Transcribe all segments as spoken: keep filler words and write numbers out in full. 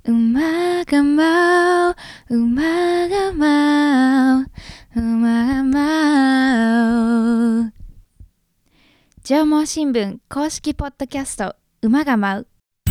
馬が舞う馬が舞う馬が舞う。上毛新聞公式ポッドキャスト馬が舞う。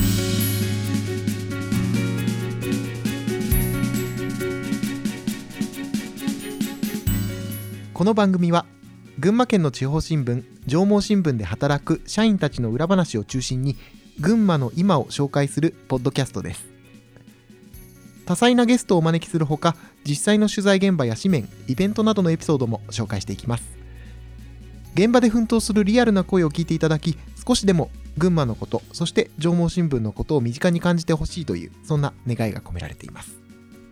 この番組は群馬県の地方新聞上毛新聞で働く社員たちの裏話を中心に群馬の今を紹介するポッドキャストです。多彩なゲストをお招きするほか、実際の取材現場や紙面、イベントなどのエピソードも紹介していきます。現場で奮闘するリアルな声を聞いていただき、少しでも群馬のこと、そして上毛新聞のことを身近に感じてほしいという、そんな願いが込められています。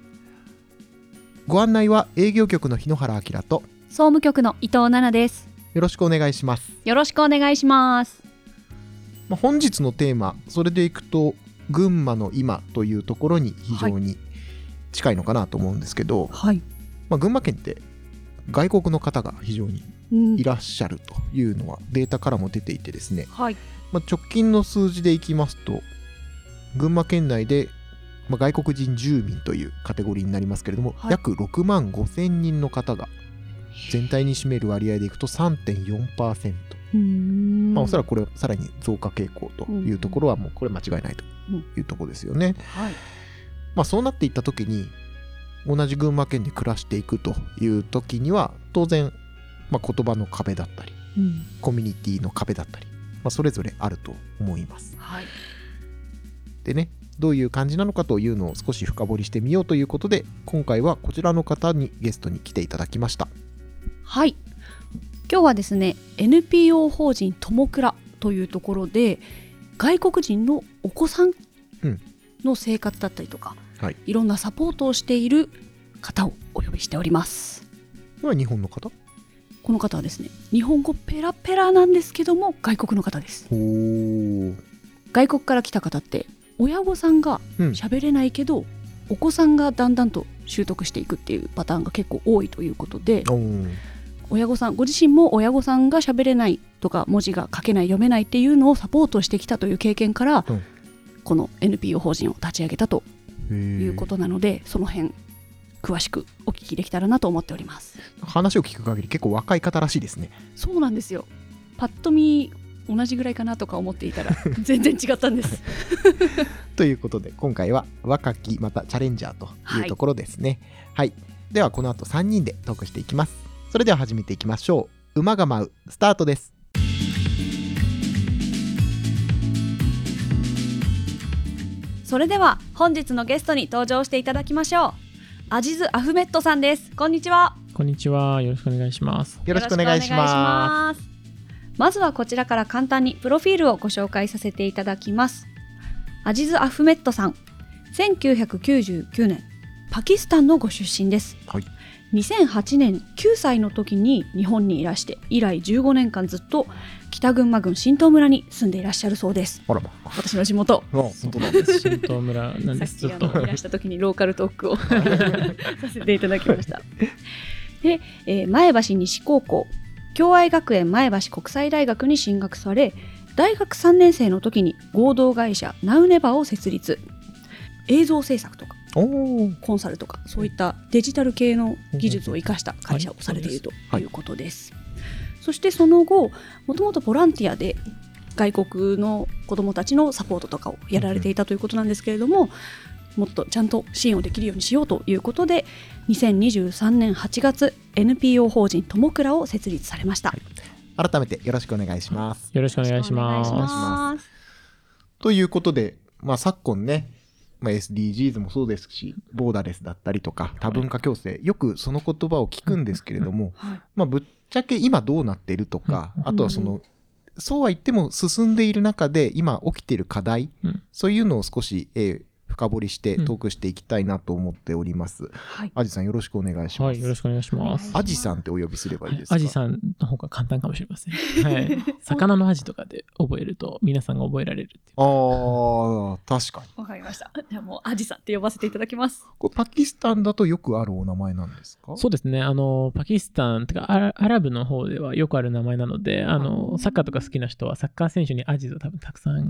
ご案内は営業局の日野原明と総務局の伊藤奈々です。 よろしくお願いします。 よろしくお願いします。 まあ、本日のテーマ、それでいくと群馬の今というところに非常に近いのかなと思うんですけど、 はいまあ、群馬県って外国の方が非常にいらっしゃるというのはデータからも出ていてですね、 はいまあ、直近の数字でいきますと群馬県内で、まあ、外国人住民というカテゴリーになりますけれども、はい、約ろくまんごせんにんの方が全体に占める割合でいくと さんてんよんパーセント、うーん、まあ、おそらくこれさらに増加傾向というところはもうこれ間違いないというところですよね、うんはいまあ、そうなっていった時に同じ群馬県で暮らしていくという時には当然、まあ、言葉の壁だったり、うん、コミュニティの壁だったり、まあ、それぞれあると思います、はい、でね、どういう感じなのかというのを少し深掘りしてみようということで、今回はこちらの方にゲストに来ていただきました。 はい、今日はですね エヌピーオー 法人ともくらというところで外国人のお子さんの生活だったりとか、うんはい、いろんなサポートをしている方をお呼びしております。 これは日本の方？ この方はですね日本語ペラペラなんですけども外国の方です。お外国から来た方って親御さんが喋れないけど、うん、お子さんがだんだんと習得していくっていうパターンが結構多いということで、親御さんご自身も親御さんが喋れないとか文字が書けない読めないっていうのをサポートしてきたという経験から、うん、この エヌピーオー 法人を立ち上げたということなので、その辺詳しくお聞きできたらなと思っております。 話を聞く限り結構若い方らしいですね。 そうなんですよ。パッと見同じぐらいかなとか思っていたら全然違ったんですということで今回は若きまたチャレンジャーというところですね。はい、はい、ではこの後さんにんでトークしていきます。それでは始めていきましょう。馬が舞うスタートです。 それでは本日のゲストに登場していただきましょう。アジズ・アフメットさんです。こんにちは。 こんにちは。よろしくお願いします。 よろしくお願いします。 まずはこちらから簡単にプロフィールをご紹介させていただきます。アジズ・アフメットさん、せんきゅうひゃくきゅうじゅうきゅうねんパキスタンのご出身です、はい、にせんはちねんきゅうさいの時に日本にいらして以来じゅうごねんかんずっと北群馬郡新東村に住んでいらっしゃるそうです。 あらま、 私の地元。 本当なんです。 新東村なんです。 さっきあのいらした時にローカルトークをさせていただきましたで、えー、前橋西高校共愛学園前橋国際大学に進学され、大学さんねん生の時に合同会社ナウネバを設立。映像制作とかコンサルとかそういったデジタル系の技術を生かした会社をされているということです、はいはい、そしてその後もともとボランティアで外国の子どもたちのサポートとかをやられていたということなんですけれども、もっとちゃんと支援をできるようにしようということでにせんにじゅうさんねんはちがつ エヌピーオー 法人ともくらを設立されました、はい、 改めてよろしくお願いします。 よろしくお願いします。 ということで、まあ、昨今ね、まあ、エスディージーズ もそうですしボーダレスだったりとか多文化共生、よくその言葉を聞くんですけれども、はい、まあ、ぶっちゃけ今どうなっているとか、あとはそのそうは言っても進んでいる中で今起きている課題、うん、そういうのを少し、えー深掘りしてトークしていきたいなと思っております、うん、はい、アジさんよろしくお願いします。 はい、よろしくお願いします。 アジさんってお呼びすればいいですか？ はい、アジさんの方が簡単かもしれません、はい、魚のアジとかで覚えると皆さんが覚えられるっていう。 ああ、確かに。 わかりました。じゃあもうアジさんって呼ばせていただきます。 これパキスタンだとよくあるお名前なんですか？ そうですね、あのパキスタンとかアラブの方ではよくある名前なので、あのサッカーとか好きな人はサッカー選手にアジズを多分たくさん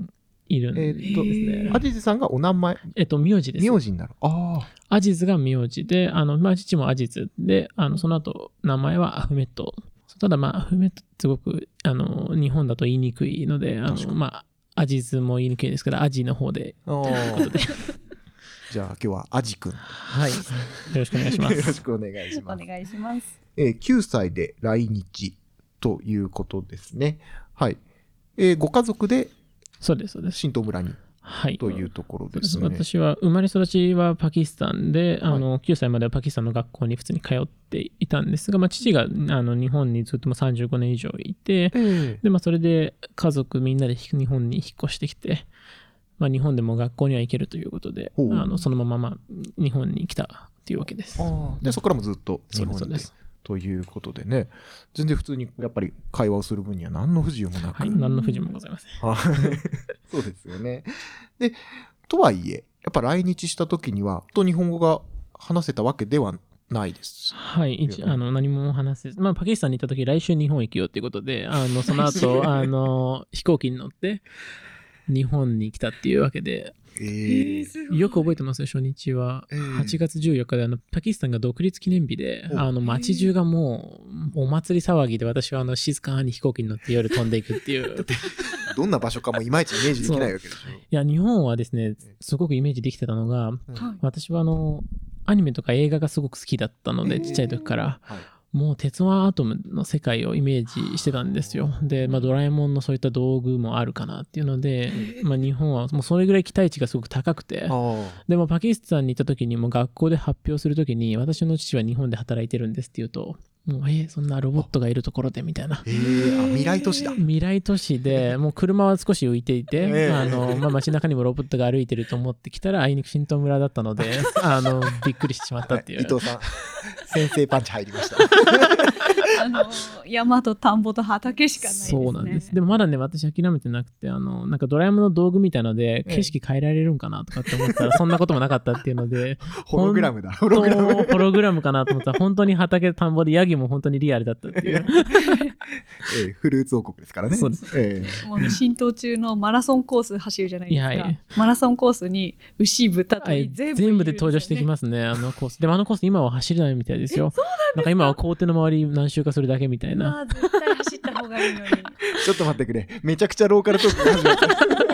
いるんですね。 えーっとアジズさんがお名前えっと、名字です。 名字になる。あアジズが名字で、あの、まあ、父もアジズで、あの、その後、名前はアフメット。ただ、まあ、アフメットってすごく、あの、日本だと言いにくいので、あの、 確かにまあ、アジズも言いにくいですけど、アジの方で、 ーあということで。 ーじゃあ今日はアジくんはい。よろしくお願いしまよろしす。 くお願いしおます。 願いします。 えーきゅうさいで来日ということですね。はい。えーご家族でそうです、そうです。 新島村にはい。 というところそうですですね。 私は生まれ育ちはパキスタンで、あのきゅうさいまではパキスタンの学校に普通に通っていたんですが、まあ、父があの日本にずっともうさんじゅうごねん以上いて、 ええでまあ、それで家族みんなで日本に引っ越してきて、まあ、日本でも学校には行けるということで、 ほうあのそのまま、まあ、日本に来たっていうわけです。 あーでそこからもずっと日そうです、そ本でうです。 ということでね、全然普通にやっぱり会話をする分には何の不自由もなく、 はい、何の不自由もございません。 はいそうですよね。で、とはいえ、やっぱ来日した時には、と日本語が話せたわけではないです。 はい、一あの何も話せず、まあ、パキスタンに行った時来週日本行くよっていうことで、あのその後あの飛行機に乗って日本に来たっていうわけで、 ええよく覚えてますよ、初日は。 ええはちがつじゅうよっかであのパキスタンが独立記念日で、 おあの街中がもうお祭り騒ぎで、私はあの静かに飛行機に乗って夜飛んでいくっていう。 どんな場所かもいまいちイメージできないわけでしょ。 いや、日本はですね、すごくイメージできてたのが、 うん私はあのアニメとか映画がすごく好きだったので、 ええちっちゃい時から。 はいもう鉄腕アトムの世界をイメージしてたんですよ。で、まあ、ドラえもんのそういった道具もあるかなっていうので、まあ、日本はもうそれぐらい期待値がすごく高くて、 あでもパキスタンに行った時にも学校で発表する時に、私の父は日本で働いてるんですって言うと、もうえーそんなロボットがいるところでみたいな。 ええあ未来都市だ。 未来都市でもう車は少し浮いていて、 ええあのまあ、街中にもロボットが歩いてると思ってきたら、あいにく新島村だったので、あのびっくりしてしまったっていう。 伊藤さん、先制パンチ入りました。 あの山と田んぼと畑しかないですね。 そうなんです。でもまだね、私諦めてなくて、あの、なんかドラえもんの道具みたいので、 ええ景色変えられるんかなとかって思ったら、そんなこともなかったっていうので、 ホログラムだ。ホホログラム。 ホログラムかなと思ったら、本当に畑、田んぼで、ヤギも本当にリアルだったっていう。 ええフルーツ王国ですからね。 そうですええもう浸透中のマラソンコース走るじゃないですか。 いやはいマラソンコースに牛、豚とはい全部、 全部で登場してきますね、あのコース。でもあのコース今は走れないみたいですよ。なんか今は校庭の周り何周かするだけみたいな。 まあ絶対走った方がいいのに。 ちょっと待ってくれ。めちゃくちゃローカルトークが始まった。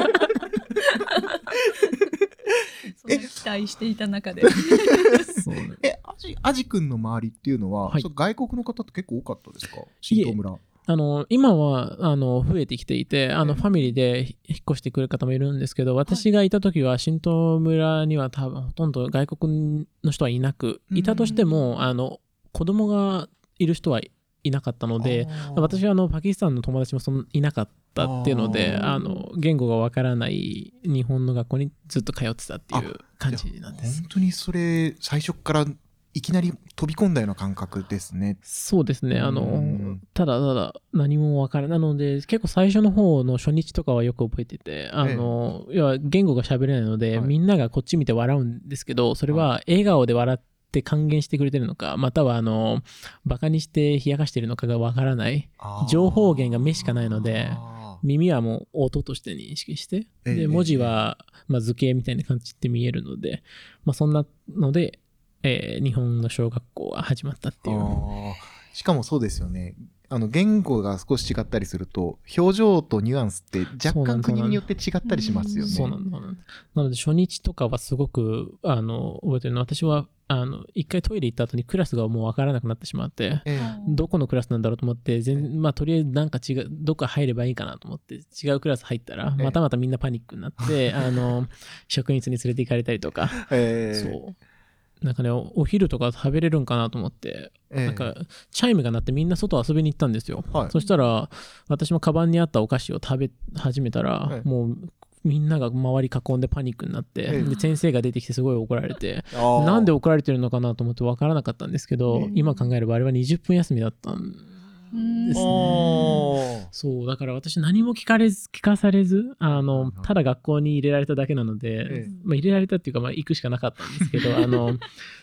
そんな期待していた中で。 そうねえ、アジ、アジ君の周りっていうのは、 はいそう外国の方って結構多かったですか？新島村。 あの今はあの増えてきていて、あのええファミリーで引っ越してくる方もいるんですけど、私がいた時は新島村には多分ほとんど外国の人はいなく、いたとしてもあの子供がいる人はいなかったので、 あー私はあのパキスタンの友達もそんいなかったっていうので、 あーあの言語がわからない日本の学校にずっと通ってたっていう感じなんです。 本当にそれ、最初からいきなり飛び込んだような感覚ですね。 そうですね。あうのん、 ただただ何もわからない。なので、結構最初の方の初日とかはよく覚えてて、あの、要は言語が喋れないので、 はいみんながこっち見て笑うんですけど、それは笑顔で笑って還元してくれてるのか、またはあの、バカにして冷やかしてるのかがわからない。情報源が目しかないのであ耳はもう音として認識して、 ええで、文字は、まあ、図形みたいな感じで見えるので、まあ、そんなので、えー日本の小学校は始まったってーいう。 あーしかもそうですよね。あの言語が少し違ったりすると表情とニュアンスって若干国によって違ったりしますよね。 そうなんだ。なので初日とかはすごくあの覚えてるのは、私はあの一回トイレ行った後にクラスがもう分からなくなってしまって、 ええどこのクラスなんだろうと思って全、まあ、とりあえずなんか違うどっか入ればいいかなと思って違うクラス入ったらええまたまたみんなパニックになってあの職員室に連れて行かれたりとか、 ええそうなんかね、おお昼とか食べれるんかなと思って、 ええなんかチャイムが鳴ってみんな外遊びに行ったんですよ。 はいそしたら私もカバンにあったお菓子を食べ始めたら、 はいもうみんなが周り囲んでパニックになって、 ええで先生が出てきてすごい怒られて、 あーなんで怒られてるのかなと思って分からなかったんですけど、 ええ今考えればあれはにじゅっぷん休みだったんですね。 あーそうだから私何も聞かれず聞かされずあのうんただ学校に入れられただけなので、 ええまあ、入れられたっていうか、まあ、行くしかなかったんですけどあの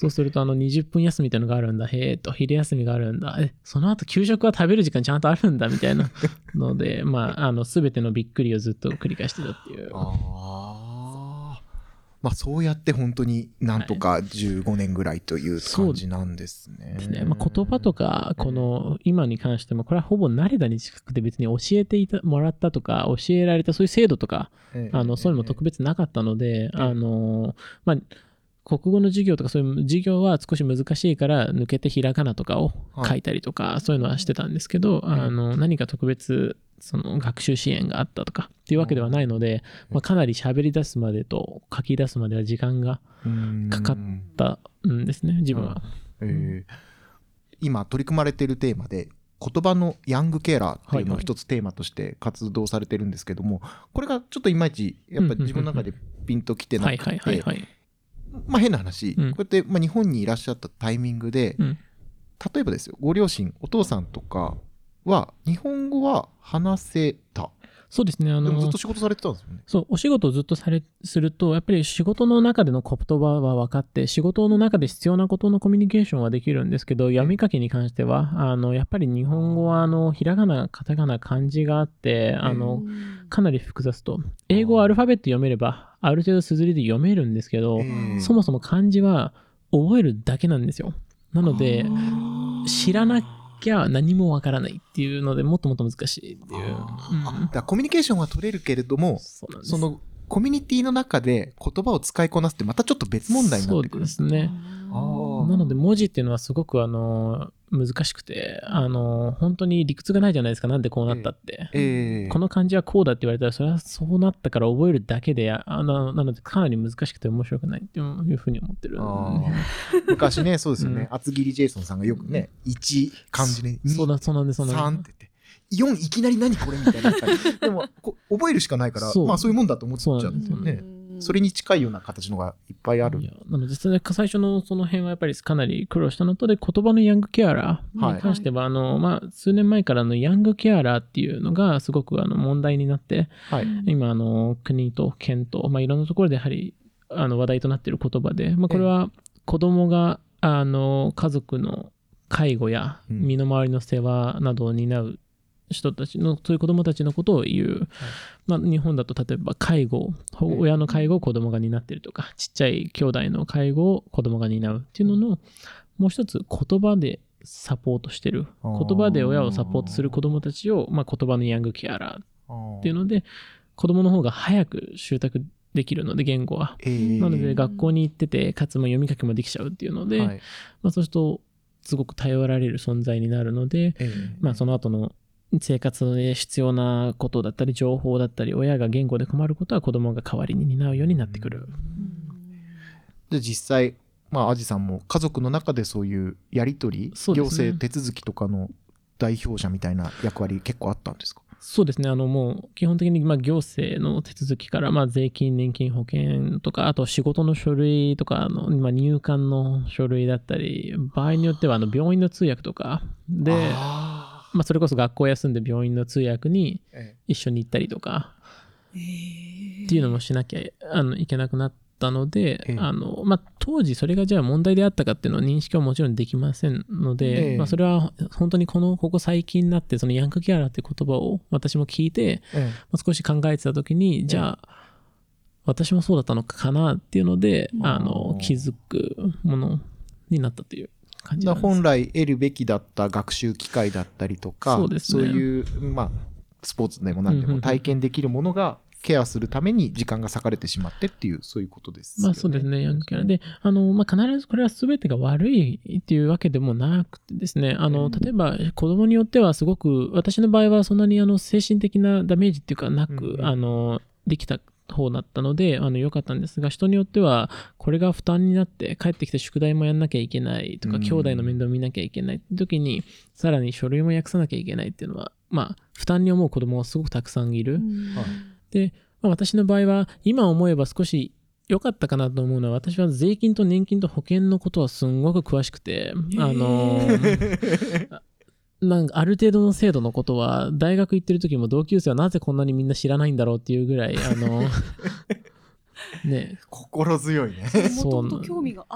そうするとあのにじゅっぷん休みっていうのがあるんだ、へえと、昼休みがあるんだ、えその後給食は食べる時間ちゃんとあるんだみたいなので、まあ、あの全てのびっくりをずっと繰り返してたっていう。 ああ、まあそうやって本当になんとかじゅうごねんぐらいという感じなんですね。 ですね。まあ、言葉とかこの今に関してもこれはほぼ慣れたに近くて、別に教えていたもらったとか教えられたそういう制度とか、 ええあのそういうのも特別なかったので、 えあのまあ国語の授業とかそういう授業は少し難しいから抜けてひらがなとかを書いたりとか、そういうのはしてたんですけど、あの何か特別その学習支援があったとかっていうわけではないので、まあ、かなり喋り出すまでと書き出すまでは時間がかかったんですね、自分は。 えー今取り組まれているテーマで言葉のヤングケアラーっていうのを一つテーマとして活動されてるんですけども、これがちょっといまいちやっぱり自分の中でピンときてなくて、まあ変な話、 うんこうやってまあ日本にいらっしゃったタイミングで、 うん例えばですよ、ご両親お父さんとかは日本語は話せた。 そうですね。あでもずっのと仕事されてたんですよね。 そう、お仕事をずっとされ、すると、やっぱり仕事の中での言葉は分かって、仕事の中で必要なことのコミュニケーションはできるんですけど、読み書きに関しては、あの、やっぱり日本語は、あの、ひらがな、カタカナ、漢字があって、あの、かなり複雑と。英語はアルファベット読めれば、ある程度綴りで読めるんですけど、 えーそもそも漢字は覚えるだけなんですよ。なので、知らなきゃ何もわからないっていうので、もっともっと難しいっていう。うんあだからコミュニケーションは取れるけれども、 そうなんです。 そのコミュニティの中で言葉を使いこなすってまたちょっと別問題になってくる。 そうですね。 あーなので文字っていうのはすごくあの難しくて、あの本当に理屈がないじゃないですか。なんでこうなったって。 えーこの漢字はこうだって言われたら、それはそうなったから覚えるだけで、あのなのでかなり難しくて面白くないっていうふうに思ってる。 あー昔ね、そうですよね。厚切りジェイソンさんがよくね、いち漢字ね、にそうだ、そうなんです、そうなんです。 さんって言って、よんいきなり何これみたいな。でもこ覚えるしかないから、 そうまあそういうもんだと思っちゃうんですよそうね。それに近いような形のがいっぱいあるい。やなので、実際最初のその辺はやっぱりかなり苦労したのと、で、言葉のヤングケアラーに関しては、あの、まあ、数年前からのヤングケアラーっていうのがすごくあの問題になって、 はい。 今、あの、国と県と、まあ、いろんなところでやはり、あの、話題となっている言葉で、まあ、これは子供が、あの、家族の介護やうん身の回りの世話などを担う人たちの、そういう子供たちのことを言う。まあ、日本だと例えば介護、 うん親の介護を子供が担っているとか、ちっちゃい兄弟の介護を子供が担うっていうのの、もう一つ言葉でサポートしてる。 あー言葉で親をサポートする子供たちを、まあ、言葉のヤングケアラーっていうので、子供の方が早く習得できるので、言語は。 えーなので、学校に行ってて、かつも読み書きもできちゃうっていうので、 はいまあ、そうすると、すごく頼られる存在になるので、 えーまあ、その後の生活で必要なことだったり、情報だったり、親が言語で困ることは子供が代わりに担うようになってくる。 で実際、まあ、アジさんも家族の中でそういうやり取り、行そうですね政手続きとかの代表者みたいな役割結構あったんですか？ そうですね。あの、もう、基本的に、まあ、行政の手続きから、まあ、税金、年金、保険とか、あと仕事の書類とか、あの、まあ、入管の書類だったり、場合によっては、あの、病院の通訳とか、で、 あまあ、それこそ学校休んで病院の通訳にーえ一緒に行ったりとか、っていうのもしなきゃあのいけなくなったので、 ええあのまあ、当時それがじゃあ問題であったかっていうのは認識はもちろんできませんので、 ええまあ、それは本当にこのここ最近になってそのヤングケアラーっていう言葉を私も聞いて、 えまあ、少し考えてた時にじゃあ私もそうだったのかなっていうので、 うんあの気づくものになったという感じだなんです。 本来得るべきだった学習機会だったりとか、 そうですねいう、まあ、スポーツでも何でうんうんうんも体験できるものがケアするために時間が割かれてしまってっていう、そういうことですよね。 まあそうですね、ヤングケアラーで、あの、まあ、必ずこれは全てが悪いっていうわけでもなくてですね、あの、 うん例えば子供によってはすごく、私の場合はそんなにあの精神的なダメージっていうかなく、 うんうんあの、できた方だったので、あの、良かったんですが、人によっては、これが負担になって、帰ってきて宿題もやんなきゃいけないとか、 うん兄弟の面倒見なきゃいけないって時に、さらに書類も訳さなきゃいけないっていうのは、まあ、負担に思う子供がすごくたくさんいる。 はいで、まあ、私の場合は今思えば少し良かったかなと思うのは、私は税金と年金と保険のことはすんごく詳しくて、あのなんかある程度の制度のことは大学行ってる時も同級生はなぜこんなにみんな知らないんだろうっていうぐらいあのね心強いね。 もともと興味があっ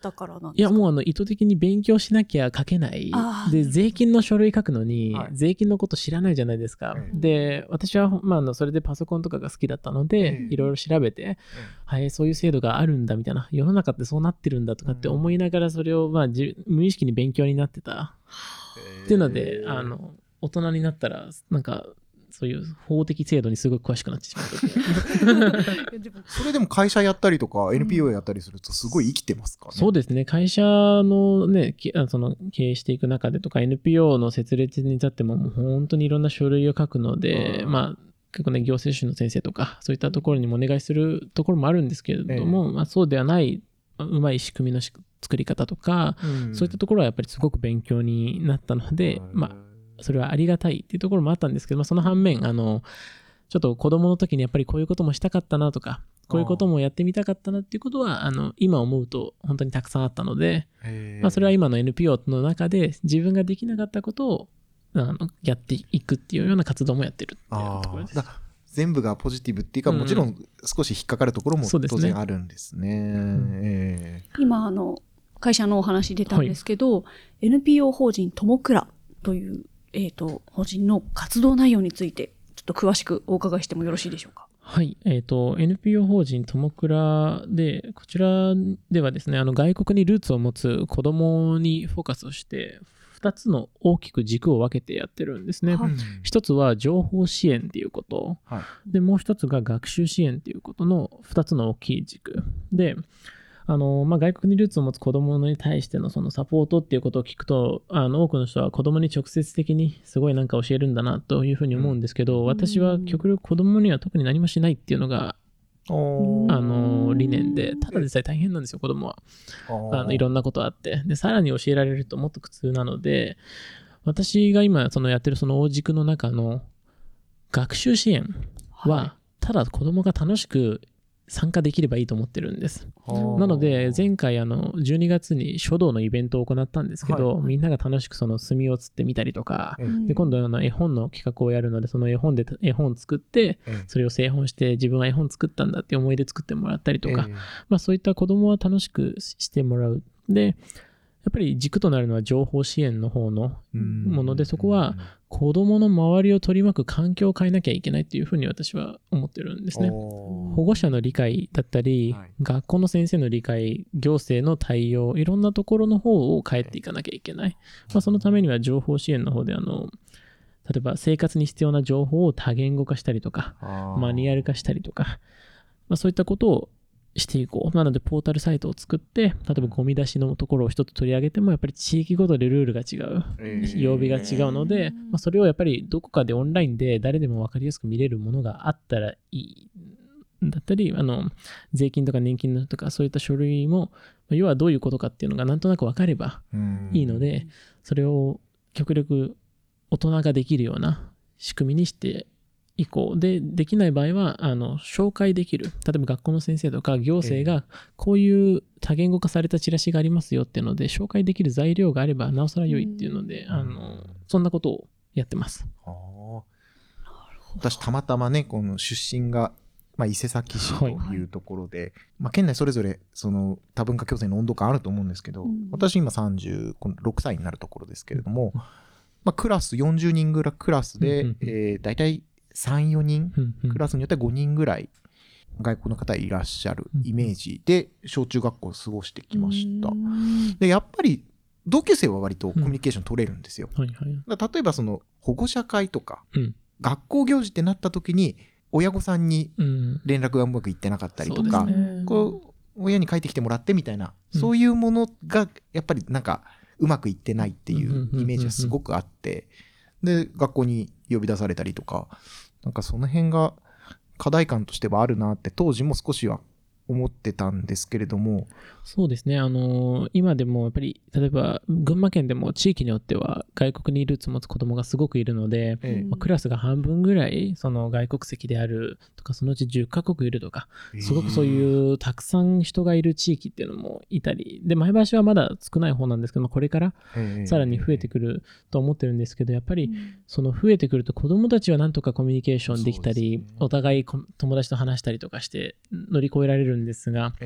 たからなんいですか？ やもうあの意図的に勉強しなきゃ書けないあーで、税金の書類書くのにはい税金のこと知らないじゃないですか、 ええで私は、まあ、あのそれでパソコンとかが好きだったので、 ええいろいろ調べて、はい、そういう制度があるんだみたいな、世の中ってそうなってるんだとかって思いながら、それを、まあ、じ無意識に勉強になってたっていうので、あの大人になったらなんかそういう法的制度にすごく詳しくなってしまったでもそれでも会社やったりとか エヌピーオー やったりするとすごい生きてますかね。 そうですね、会社のね、きあその経営していく中でとか、エヌピーオー の設立に至っても、もう本当にいろんな書類を書くので、 うんまあ、結構ね、行政書士の先生とか、そういったところにもお願いするところもあるんですけれども、まあ、そうではない、うまい仕組みのし作り方とか、 うんそういったところはやっぱりすごく勉強になったので、まあ、それはありがたいっていうところもあったんですけど、まあ、その反面、あの、ちょっと子供の時にやっぱりこういうこともしたかったなとか、こういうこともやってみたかったなっていうことは、あの、今思うと本当にたくさんあったので、 へーまあ、それは今の エヌピーオー の中で自分ができなかったことをあのやっていくっていうような活動もやってるっていうところです。 あーだ全部がポジティブっていうか、 うんもちろん少し引っかかるところもそうですね当然あるんですね。 んえ今あの会社のお話出たんですけど、エヌピーオー 法人ともくらという、えー、と法人の活動内容についてちょっと詳しくお伺いしてもよろしいでしょうか？ はい、えっ、と、エヌピーオー 法人ともくらで、こちらではですね、あの外国にルーツを持つ子供にフォーカスをして、ふたつの大きく軸を分けてやってるんですね。 はい一つは情報支援っていうこと、 はいで、もう一つが学習支援っていうことのふたつの大きい軸。で、あの、まあ、外国にルーツを持つ子供に対してのそのサポートっていうことを聞くと、あの、多くの人は子供に直接的にすごいなんか教えるんだなというふうに思うんですけど、 ん私は極力子供には特に何もしないっていうのが、 おーあの、理念で、ただでさえ大変なんですよ、子供は。あのいろんなことあって。で、さらに教えられるともっと苦痛なので、私が今そのやってるその大軸の中の学習支援は、 はただ子供が楽しく参加できればいいと思ってるんです。 あーなので、前回あのじゅうにがつに書道のイベントを行ったんですけど、 はいみんなが楽しくその墨をつってみたりとか、 えうんで今度あの絵本の企画をやるので、その絵本で絵本を作って、 えそれを製本して自分は絵本作ったんだっていう思い出作ってもらったりとか、 えまあ、そういった子供は楽しくしてもらう。で、やっぱり軸となるのは情報支援の方のうんもので、そこは子供の周りを取り巻く環境を変えなきゃいけないっていうふうに私は思ってるんですね。 おー保護者の理解だったり、 はい学校の先生の理解、行政の対応、いろんなところの方を変えていかなきゃいけない。まあ、そのためには情報支援の方で、あの、例えば生活に必要な情報を多言語化したりとか、 あーマニュアル化したりとか、まあ、そういったことをしていこう。なので、ポータルサイトを作って、例えばゴミ出しのところを一つ取り上げても、やっぱり地域ごとでルールが違う。 えー曜日が違うので、まあ、それをやっぱりどこかでオンラインで誰でも分かりやすく見れるものがあったらいい。だったり、あの、税金とか年金のとか、そういった書類も、まあ要はどういうことかっていうのがなんとなく分かればうんいいので、それを極力大人ができるような仕組みにしていこう。で、できない場合は、あの、紹介できる。例えば学校の先生とか行政が、こういう多言語化されたチラシがありますよっていうので、紹介できる材料があれば、なおさら良いっていうので、 うんあの、そんなことをやってます。 あー私たまたまねこの出身が、まあ、伊勢崎市というところで、まあ、県内それぞれその多文化共生の温度感あると思うんですけど、 うん私今さんじゅうろくさいになるところですけれども、まあ、クラスよんじゅうにんぐらいクラスで、 うんうんうんえー、大体さん、よにんうんうんクラスによってはごにんぐらい外国の方いらっしゃるイメージで小中学校を過ごしてきました。 うんでやっぱり同級生は割とコミュニケーション取れるんですよ。 はいはい。 だから例えばその保護者会とかうん。 学校行事ってなった時に親御さんにうん。 連絡がうまくいってなかったりとそうか、 ですねこう親に帰ってきてもらってみたいな、 うんそういうものがやっぱりなんかうまくいってないっていうイメージがすごくあって、で学校に呼び出されたりとか、なんかその辺が課題感としてはあるなって当時も少しは思ってたんですけれども、 そうですね。あのー今でもやっぱり、例えば群馬県でも地域によっては外国にルーツを持つ子供がすごくいるので、 えまあクラスが半分ぐらいその外国籍であるとか、そのうちじゅっカ国いるとか、 えすごくそういうたくさん人がいる地域っていうのもいたり、で、前橋はまだ少ない方なんですけども、これからさらに増えてくると思ってるんですけど、やっぱりその増えてくると子供たちはなんとかコミュニケーションできたり、 そうですねお互いこ友達と話したりとかして乗り越えられるんですが、 ええ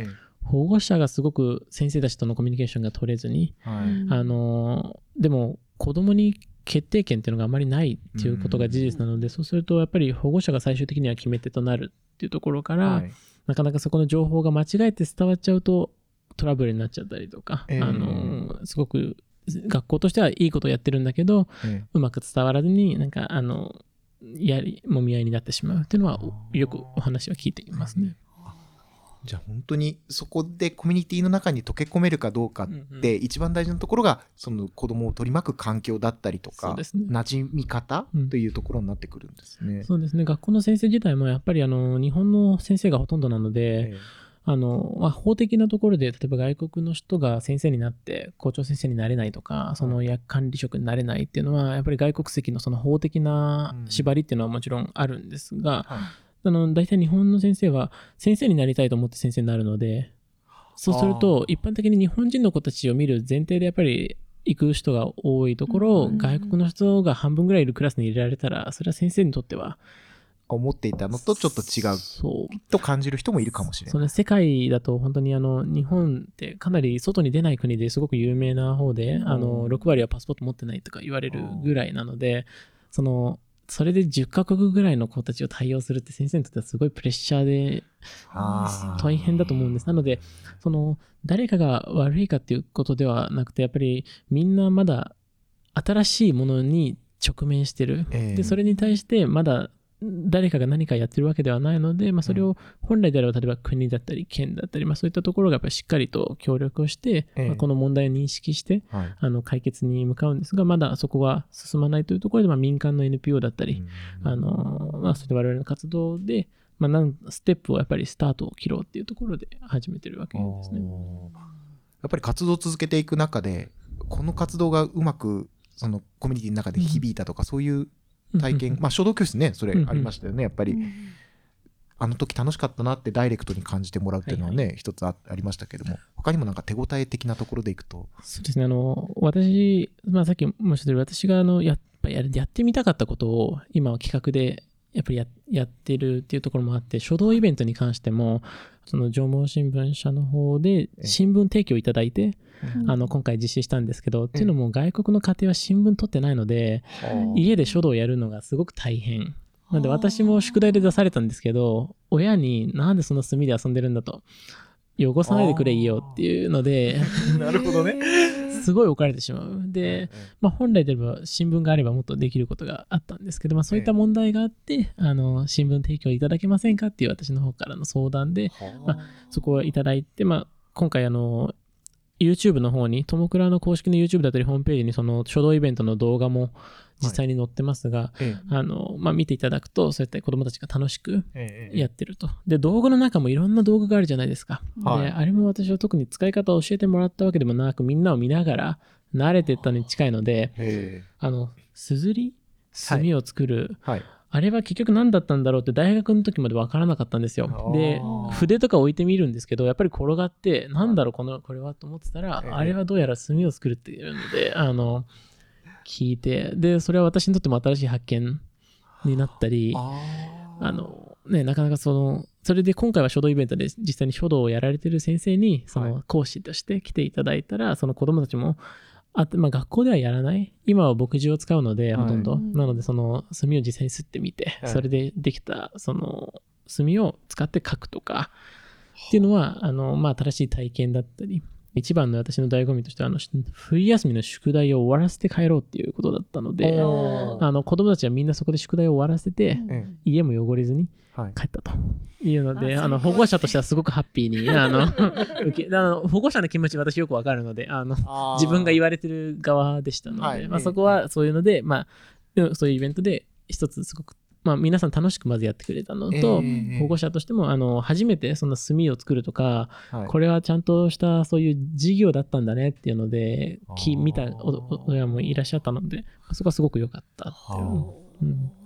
保護者がすごく先生たちとのコミュニケーションが取れずに、 はいあのでも子供に決定権っていうのがあまりないっていうことが事実なので、そうするとやっぱり保護者が最終的には決め手となるっていうところから、 はいなかなかそこの情報が間違えて伝わっちゃうとトラブルになっちゃったりとか、 えーあのすごく学校としてはいいことをやってるんだけど、 えうまく伝わらずになんかあのやりもみ合いになってしまうっていうのはよくお話は聞いていますね。 じゃあ本当にそこでコミュニティの中に溶け込めるかどうかっうんうんて一番大事なところがその子供を取り巻く環境だったりとか、 そうですね馴染み方うんというところになってくるんですね。 そうですね。学校の先生自体もやっぱりあの日本の先生がほとんどなので、 えあのまあ、法的なところで例えば外国の人が先生になって校長先生になれないとか、その役管理職になれないっていうのはやっぱり外国籍のその法的な縛りっていうのはもちろんあるんですが、 はいあの大体日本の先生は先生になりたいと思って先生になるので、そうすると一般的に日本人の子たちを見る前提でやっぱり行く人が多いところ、 うん外国の人が半分ぐらいいるクラスに入れられたら、それは先生にとっては思っていたのとちょっと違うそうと感じる人もいるかもしれない。 その世界だと本当にあの日本ってかなり外に出ない国ですごく有名な方で、あのろく割はパスポート持ってないとか言われるぐらいなので、そのそれでじゅっカ国ぐらいの子たちを対応するって先生にとってはすごいプレッシャーであー大変だと思うんです。なのでその誰かが悪いかっていうことではなくて、やっぱりみんなまだ新しいものに直面してる、 ええでそれに対してまだ誰かが何かやってるわけではないので、まあ、それを本来であれば例えば国だったり県だったり、まあ、そういったところがやっぱりしっかりと協力をして、 ええまあ、この問題を認識してはいあの解決に向かうんですが、まだそこが進まないというところで、まあ、民間の エヌピーオー だったり、 うんあのまあ、そういった我々の活動で、まあ、何ステップをやっぱりスタートを切ろうっていうところで始めてるわけですね。 やっぱり活動を続けていく中でこの活動がうまくそのコミュニティの中で響いたとか、そういう体験、まあ書道教室ねそれありましたよね。やっぱりあの時楽しかったなってダイレクトに感じてもらうっていうのはね、 はい一つ あ, ありましたけども、他にもなんか手応え的なところでいくと。 そうですね、あの私、まあ、さっき申し上げたように私があのやっぱややってみたかったことを今は企画でやっぱり や, やってるっていうところもあって、書道イベントに関してもその上毛新聞社の方で新聞提供いただいて、 うんあの今回実施したんですけど、っていうのも外国の家庭は新聞取ってないので、 うん家で書道をやるのがすごく大変なので、私も宿題で出されたんですけど、親になんでその墨で遊んでるんだと、汚さないでくれいいよっていうのでなるほどね。 すごい怒られてしまう。で、まあ、本来であれば新聞があればもっとできることがあったんですけど、まあ、そういった問題があって、あの新聞提供いただけませんかっていう私の方からの相談で、まあそこをいただいて、まあ、今回あの YouTube の方に、ともくらの公式の YouTube だったりホームページにその書道イベントの動画も実際に載ってますが、 えあのまあ、見ていただくと、そうやって子どもたちが楽しくえええやってると。で、道具の中もいろんな道具があるじゃないですか。 はいで、あれも私は特に使い方を教えてもらったわけでもなく、みんなを見ながら慣れていったのに近いので、 えあの、すずり墨を作る、 はい。 あれは結局何だったんだろうって大学の時まで分からなかったんですよ。であー、 筆とか置いてみるんですけど、やっぱり転がって、なんだろう、この、これはと思ってたら、 ええあれはどうやら墨を作るっていうので、あの、聞いて、で、それは私にとっても新しい発見になったり、 あーあの、ね、なかなかその、それで今回は書道イベントで実際に書道をやられてる先生に、そはの講師として来ていただいたら、その子供たちも、あと、まあ、学校ではやらない。今は墨汁を使うので、 はいほとんど。 うんなので、その墨を実際に吸ってみて、 はいそれでできた、その墨を使って書くとか、っていうのは、あの、まあ、新しい体験だったり、一番の私の醍醐味としては、あの、冬休みの宿題を終わらせて帰ろうっていうことだったので、 おーあの、子供たちはみんなそこで宿題を終わらせて、 え家も汚れずにえはい。 帰ったというので、 ああの保護者としてはすごくハッピーに、あの受けあの保護者の気持ち私よくわかるので、あの自分が言われてる側でしたので、 はいまあ、そこはそういうので、まあ、うんそういうイベントで一つすごく、まあ、皆さん楽しくまずやってくれたのと、 ええ保護者としてもあの初めてその墨を作るとか、 はいこれはちゃんとしたそういう事業だったんだねっていうのできあー見たおお親もいらっしゃったので、そこはすごく良かったっていう。 はうん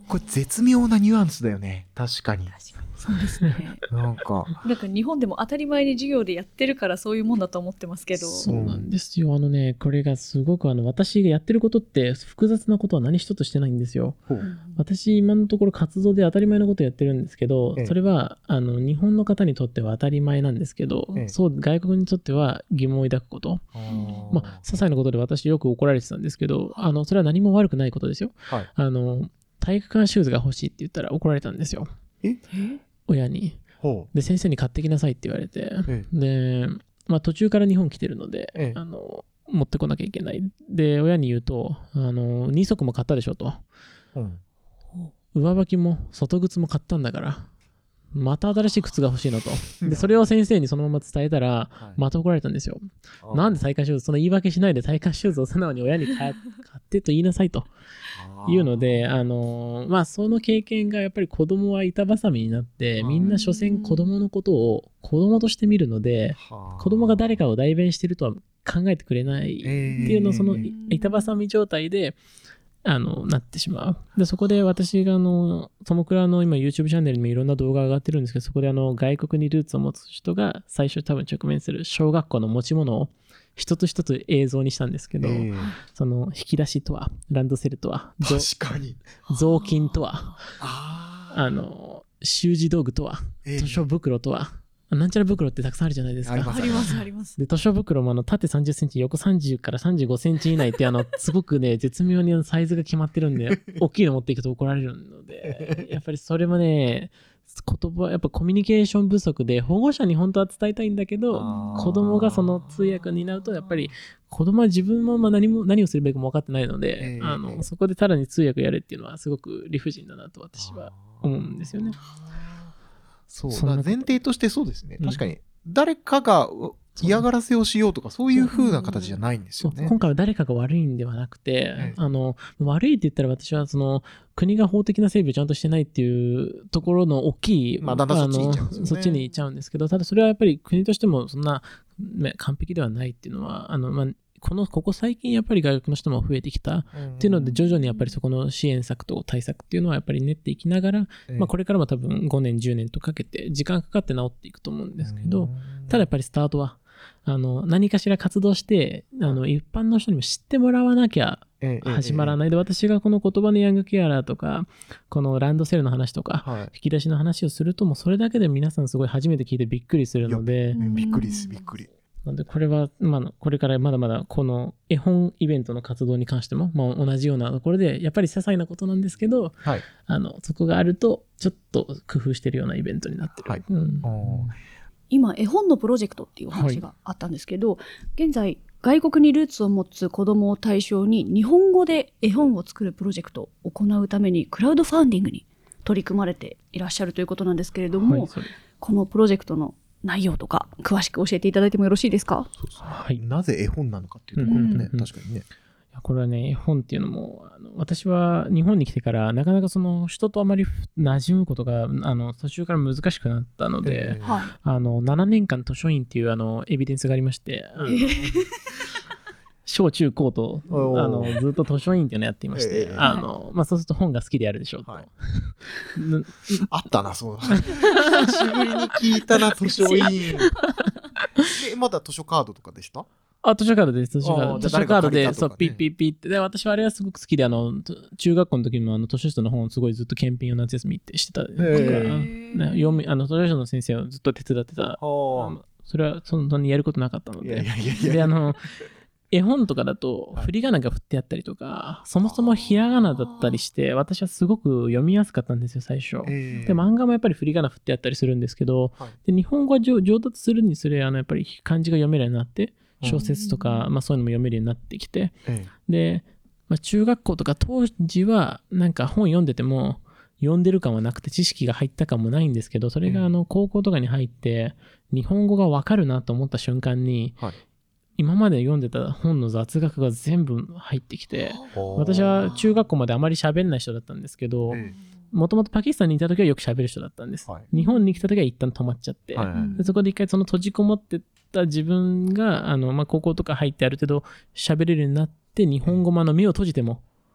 これ絶妙なニュアンスだよね。確かに。 そうですね。 なんかなんか日本でも当たり前に授業でやってるからそういうもんだと思ってますけど。 そうなんですよ。あのね、これがすごくあの私がやってることって複雑なことは何一つしてないんですよ。 ほううん私今のところ活動で当たり前のことをやってるんですけど、 ええそれはあの日本の方にとっては当たり前なんですけど、 ええそう外国にとっては疑問を抱くこと。 あーまあ、些細なことで私よく怒られてたんですけど、あのそれは何も悪くないことですよ。 はい。 あの体育館シューズが欲しいって言ったら怒られたんですよ。 え親に。 ほで、先生に買ってきなさいって言われて。 う。えで、まあ、途中から日本来てるので、 ええあの持ってこなきゃいけない。で、親に言うと、あのに足も買ったでしょと。 うん。 上履きも外靴も買ったんだから、また新しい靴が欲しいのと。 うんで、それを先生にそのまま伝えたら、 はいまた怒られたんですよ。 あーなんで体感シューズ、その言い訳しないで体感シューズを素直に親に買買ってと言いなさいというので、あのーまあ、その経験がやっぱり子供は板挟みになって、 はいみんな所詮子供のことを子供として見るので、 はあ子供が誰かを代弁してるとは考えてくれないっていうのをそのえー板挟み状態であのなってしまう。でそこで私があのトモクラの今 YouTube チャンネルにもいろんな動画が上がってるんですけど、そこであの外国にルーツを持つ人が最初多分直面する小学校の持ち物を一つ一つ映像にしたんですけど、 えーその引き出しとはランドセルとはぞ確かに。 雑巾とはああの習字道具とはえー図書袋とはなんちゃら袋ってたくさんあるじゃないですか。 ありますありますあります。 で図書袋もあの縦さんじゅっセンチ横さんじゅうからさんじゅうごセンチ以内ってあのすごくね絶妙にサイズが決まってるんで大きいの持っていくと怒られるのでやっぱりそれもね言葉やっぱコミュニケーション不足で保護者に本当は伝えたいんだけどあー子供がその通訳を担うとやっぱり子供は自分もまあ何も何をするべきも分かってないので、 ええあのそこでただに通訳やれっていうのはすごく理不尽だなと私は思うんですよね。 そうそんなことだから前提としてそうですね、 うん確かに誰かが嫌がらせをしようとかそういう風な形じゃないんですそうよね。 今回は誰かが悪いんではなくて、 ええあの悪いって言ったら私はその国が法的な整備をちゃんとしてないっていうところの大きい、 まあだんだんそっちに行っちゃうんですよねあのそっちに行っちゃうんですけど、ただそれはやっぱり国としてもそんな、ね、完璧ではないっていうのはあの、まあ、このここ最近やっぱり外国の人も増えてきたっていうので徐々にやっぱりそこの支援策と対策っていうのはやっぱり練っていきながら、 ええまあ、これからも多分ごねんじゅうねんとかけて時間かかって治っていくと思うんですけど、ただやっぱりスタートはあの何かしら活動してあの一般の人にも知ってもらわなきゃ始まらい。 ないで、私がこの言葉のヤングケアラーとかこのランドセルの話とかはい引き出しの話をするともうそれだけで皆さんすごい初めて聞いてびっくりするので、 うんびっくりですびっくり。 なのでこれは、まあ、これからまだまだこの絵本イベントの活動に関しても、まあ、同じようなところでやっぱり些細なことなんですけど、 はい。 あのそこがあるとちょっと工夫してるようなイベントになってる。 はいうんあー今絵本のプロジェクトっていう話があったんですけど、現在外国にルーツを持つ子どもを対象に日本語で絵本を作るプロジェクトを行うためにクラウドファンディングに取り組まれていらっしゃるということなんですけれども、 はい、それこのプロジェクトの内容とか詳しく教えていただいてもよろしいですか？ そうですねはいなぜ絵本なのかっていうところもね、 うん確かにね。 いやこれはね、絵本っていうのも、あの私は日本に来てから、なかなかその人とあまり馴染むことがあの途中から難しくなったので、 えーはい。 あのななねんかん図書院っていうあのエビデンスがありまして、あの小中高とあおーのずっと図書院っていうのをやっていまして、 ええあのまあ、そうすると本が好きでやるでしょうと。 はいぬあったな、そうだ。久しぶりに聞いたな、図書院。で、まだ図書カードとかでしたあ、図書カードです、図書カード。 あーじゃあ図書カードで、 誰か借りたとかねそう、ピッピッピッって。で、私はあれはすごく好きで、あの、と中学校の時にもあの図書室の本をすごいずっと検品を夏休みってしてたりとか、 へーね、読み、あの、図書室の先生をずっと手伝ってた。あのそれはそんなにやることなかったのいやいで。 やいやいや。 で、あの、絵本とかだと振り仮名が振ってあったりとか、そもそもひらがなだったりして、私はすごく読みやすかったんですよ、最初。 えーで、漫画もやっぱり振り仮名振ってあったりするんですけど、 はいで日本語が上上達するにつれ、あのやっぱり漢字が読めるようになって、小説とか、まあ、そういうのも読めるようになってきて、 えで、まあ、中学校とか当時はなんか本読んでても読んでる感はなくて知識が入った感もないんですけど、それがあの高校とかに入って日本語がわかるなと思った瞬間に、 はい今まで読んでた本の雑学が全部入ってきて、 ー私は中学校まであまり喋んない人だったんですけど、 えもともとパキスタンにいた時はよく喋る人だったんです。 はい日本に来た時は一旦止まっちゃって、 ーはいはいでそこで一回その閉じこもってた自分があの、まあ、高校とか入ってある程度喋れるようになって日本語もあの目を閉じても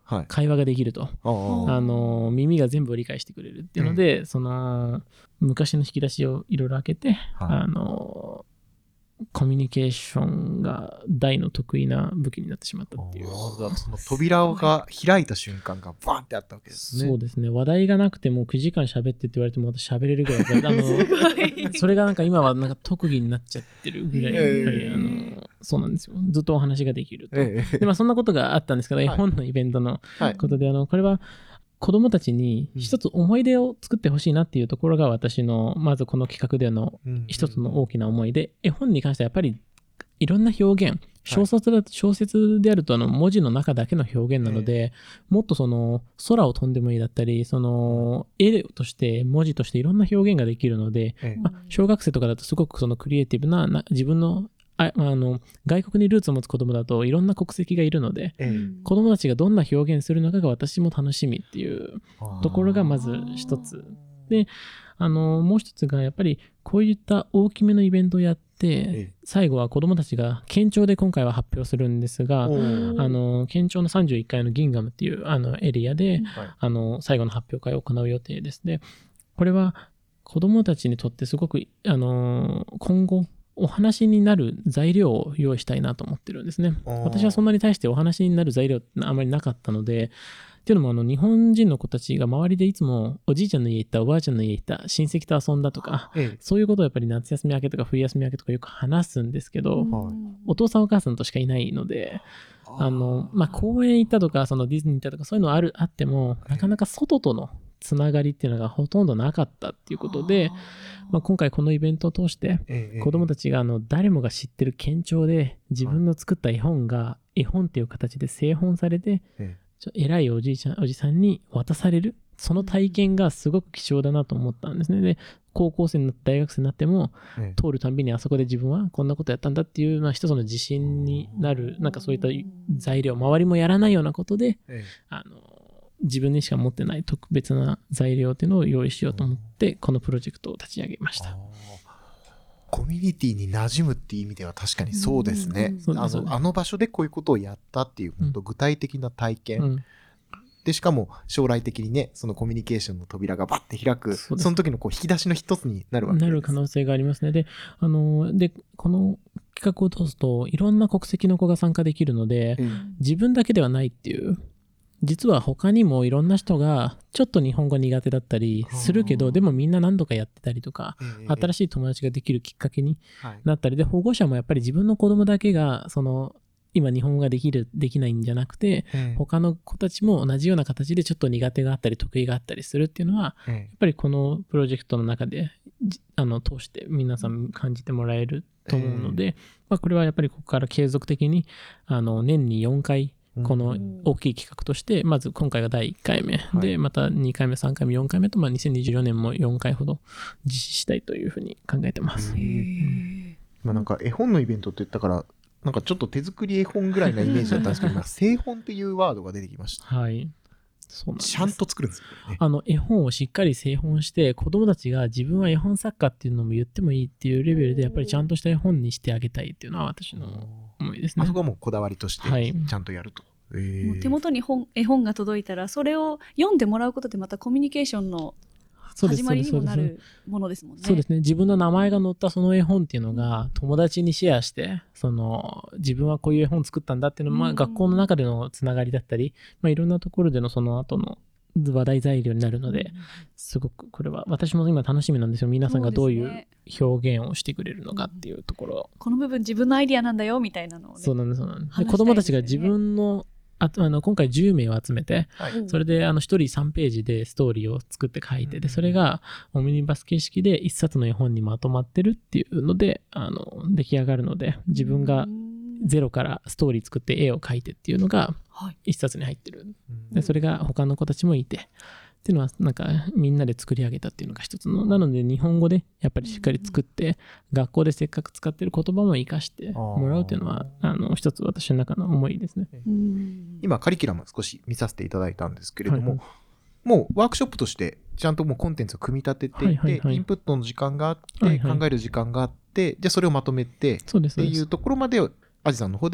はい。 会話ができると、 ああ。 あの耳が全部理解してくれるっていうので、その昔の引き出しをいろいろ開けて、 はいあのコミュニケーションが大の得意な武器になってしまったっていう。 その扉が開いた瞬間がバンってあったわけですね。 そうですね。話題がなくてもくじかん喋ってって言われても私喋れるぐらいあのそれがなんか今はなんか特技になっちゃってるぐらい、やっぱりあのそうなんですよ。ずっとお話ができると。 ええ、 でまあそんなことがあったんですけど、絵本のイベントのことで、あのこれは子供たちに一つ思い出を作ってほしいなっていうところが私のまずこの企画での一つの大きな思いで、絵本に関してはやっぱりいろんな表現、小説だと小説であるとあの文字の中だけの表現なので、もっとその空を飛んでもいいだったり、その絵として文字としていろんな表現ができるので、まあ、小学生とかだとすごくそのクリエイティブなな自分のああの外国にルーツを持つ子供だといろんな国籍がいるので、 ええ、 子供たちがどんな表現するのかが私も楽しみっていうところがまず一つで、あのもう一つがやっぱりこういった大きめのイベントをやって、ええ、最後は子供たちが県庁で今回は発表するんですが、あの県庁のさんじゅういっかいのギンガムっていうあのエリアで、はい、あの最後の発表会を行う予定ですね。これは子供たちにとってすごくあの今後お話になる材料を用意したいなと思ってるんですね。私はそんなに対してお話になる材料ってあまりなかったので、っていうのもあの日本人の子たちが周りでいつもおじいちゃんの家行った、おばあちゃんの家行った、親戚と遊んだとか、ええ、そういうことをやっぱり夏休み明けとか冬休み明けとかよく話すんですけど、はい、お父さんお母さんとしかいないので、あのまあ、公園行ったとかそのディズニー行ったとかそういうのあるあっても、なかなか外とのつながりっていうのがほとんどなかったっていうことで、まあ、今回このイベントを通して子どもたちがあの誰もが知ってる県庁で自分の作った絵本が絵本っていう形で製本されて、ちょ偉いおじいちゃんおじさんに渡される、その体験がすごく貴重だなと思ったんですね。で高校生になって大学生になっても、通るたんびにあそこで自分はこんなことやったんだっていうのは一つの自信になる、なんかそういった材料、周りもやらないようなことで、あの自分にしか持ってない特別な材料っていうのを用意しようと思ってこのプロジェクトを立ち上げました。 コミュニティに馴染むっていう意味では確かにそうですね。あの、あの場所でこういうことをやったっていう、本当具体的な体験、うん、でしかも将来的にね、そのコミュニケーションの扉がバッて開く、その時のこう引き出しの一つになるわけです。 なる可能性がありますね。で、あのでこの企画を通すといろんな国籍の子が参加できるので、うん、自分だけではないっていう。実は他にもいろんな人がちょっと日本語苦手だったりするけど、でもみんな何度かやってたりとか、新しい友達ができるきっかけになったりで、保護者もやっぱり自分の子供だけがその今日本語ができるできないんじゃなくて、他の子たちも同じような形でちょっと苦手があったり得意があったりするっていうのは、やっぱりこのプロジェクトの中であの通して皆さん感じてもらえると思うので、まあ、これはやっぱりここから継続的にあの年によんかいこの大きい企画として、まず今回がだいいっかいめで、またにかいめ、さんかいめ、よんかいめと、まあ、にせんにじゅうよねんもよんかいほど実施したいというふうに考えてます。 まあ、なんか絵本のイベントって言ったから、なんかちょっと手作り絵本ぐらいなイメージだったんですけど、製本っていうワードが出てきました。 はい。そうなんです。 ちゃんと作るんですよね。 あの絵本をしっかり製本して、子供たちが自分は絵本作家っていうのも言ってもいいっていうレベルで、やっぱりちゃんとした絵本にしてあげたいっていうのは私の思いですね。 あそこはもうこだわりとしてちゃんとやると。はい、えー、 もう手元に本絵本が届いたらそれを読んでもらうことでまたコミュニケーションの始まりにもなるものですもんね。 そうですね。自分の名前が載ったその絵本っていうのが友達にシェアして、その自分はこういう絵本作ったんだっていうのは、まあ、学校の中でのつながりだったり、まあ、いろんなところでのその後の話題材料になるので、すごくこれは私も今楽しみなんですよ。皆さんがどういう表現をしてくれるのかっていうところ、ね、 この部分自分のアイディアなんだよみたいなのをね。 そうなんです、そうなんです。で、子供たちが自分のああの今回じゅうめいを集めて、はい、それであのひとりさんページでストーリーを作って書いて、でそれがオムニバス形式でいっさつの絵本にまとまってるっていうのであの出来上がるので、自分がゼロからストーリー作って絵を描いてっていうのがいっさつに入ってる、でそれが他の子たちもいてっていうのはなんかみんなで作り上げたっていうのが一つの、なので日本語でやっぱりしっかり作って、学校でせっかく使ってる言葉も活かしてもらうっていうのはあの一つ私の中の思いですね。 今カリキュラム少し見させていただいたんですけれども、はいはい、もうワークショップとしてちゃんともうコンテンツを組み立てていて、はいはいはい、インプットの時間があって、はいはい、考える時間があって、じゃあそれをまとめてっていうところまでアジさんの方で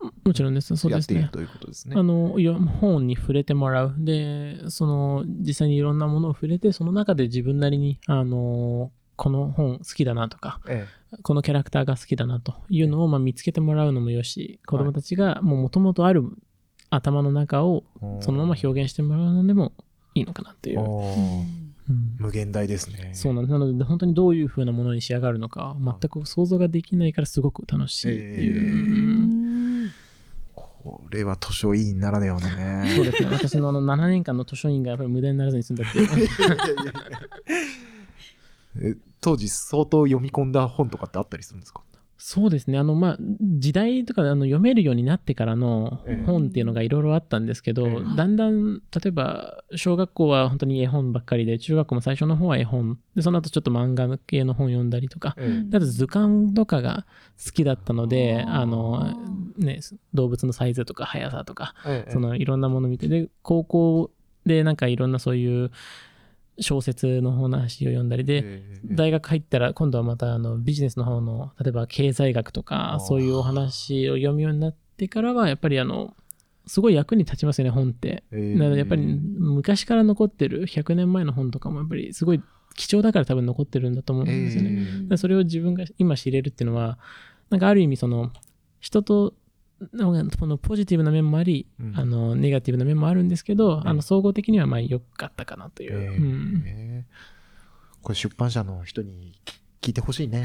もちろんです。そうやですね。 っているということですね。 あのいや本に触れてもらう。で、その実際にいろんなものを触れて、その中で自分なりにあのこの本好きだなとか、 えこのキャラクターが好きだなというのをまあ見つけてもらうのもよし、子供たちがもともとある頭の中をえ、 そのまま表現してもらうのでもいいのかなっていう。 おーうん無限大ですね。 そうなんです。なので本当にどういう風なものに仕上がるのか全く想像ができないからすごく楽しいっていう。 えーうんこれは図書委員ならではのね。 そうですね。私のあのななねんかんの図書院がやっぱり無駄にならずに済んだっていう。 いやいやいやいやえ当時相当読み込んだ本とかってあったりするんですか？ そうですね。あの、まあ、時代とかあの読めるようになってからのええ本っていうのがいろいろあったんですけど、 ええだんだん、例えば、小学校は本当に絵本ばっかりで、中学校も最初の方は絵本。で、その後ちょっと漫画系の本読んだりとか、 えあと図鑑とかが好きだったので、 あーあの、ね、動物のサイズとか速さとか、 えええそのいろんなもの見て、で、高校でなんかいろんなそういう小説の話を読んだりで、 ええ大学入ったら今度はまたあのビジネスの方の例えば経済学とあかーそういうお話を読むようになってからはやっぱりあのすごい役に立ちますよね本って。 ええなのでやっぱり昔から残ってるひゃくねんまえの本とかもやっぱりすごい貴重だから多分残ってるんだと思うんですよね。 えだからそれを自分が今知れるっていうのはなんかある意味その人とのこのポジティブな面もあり、 うんあのネガティブな面もあるんですけど、 ええあの総合的にはまあ良かったかなという。 ええうんええこれ出版社の人に聞いてほしいね。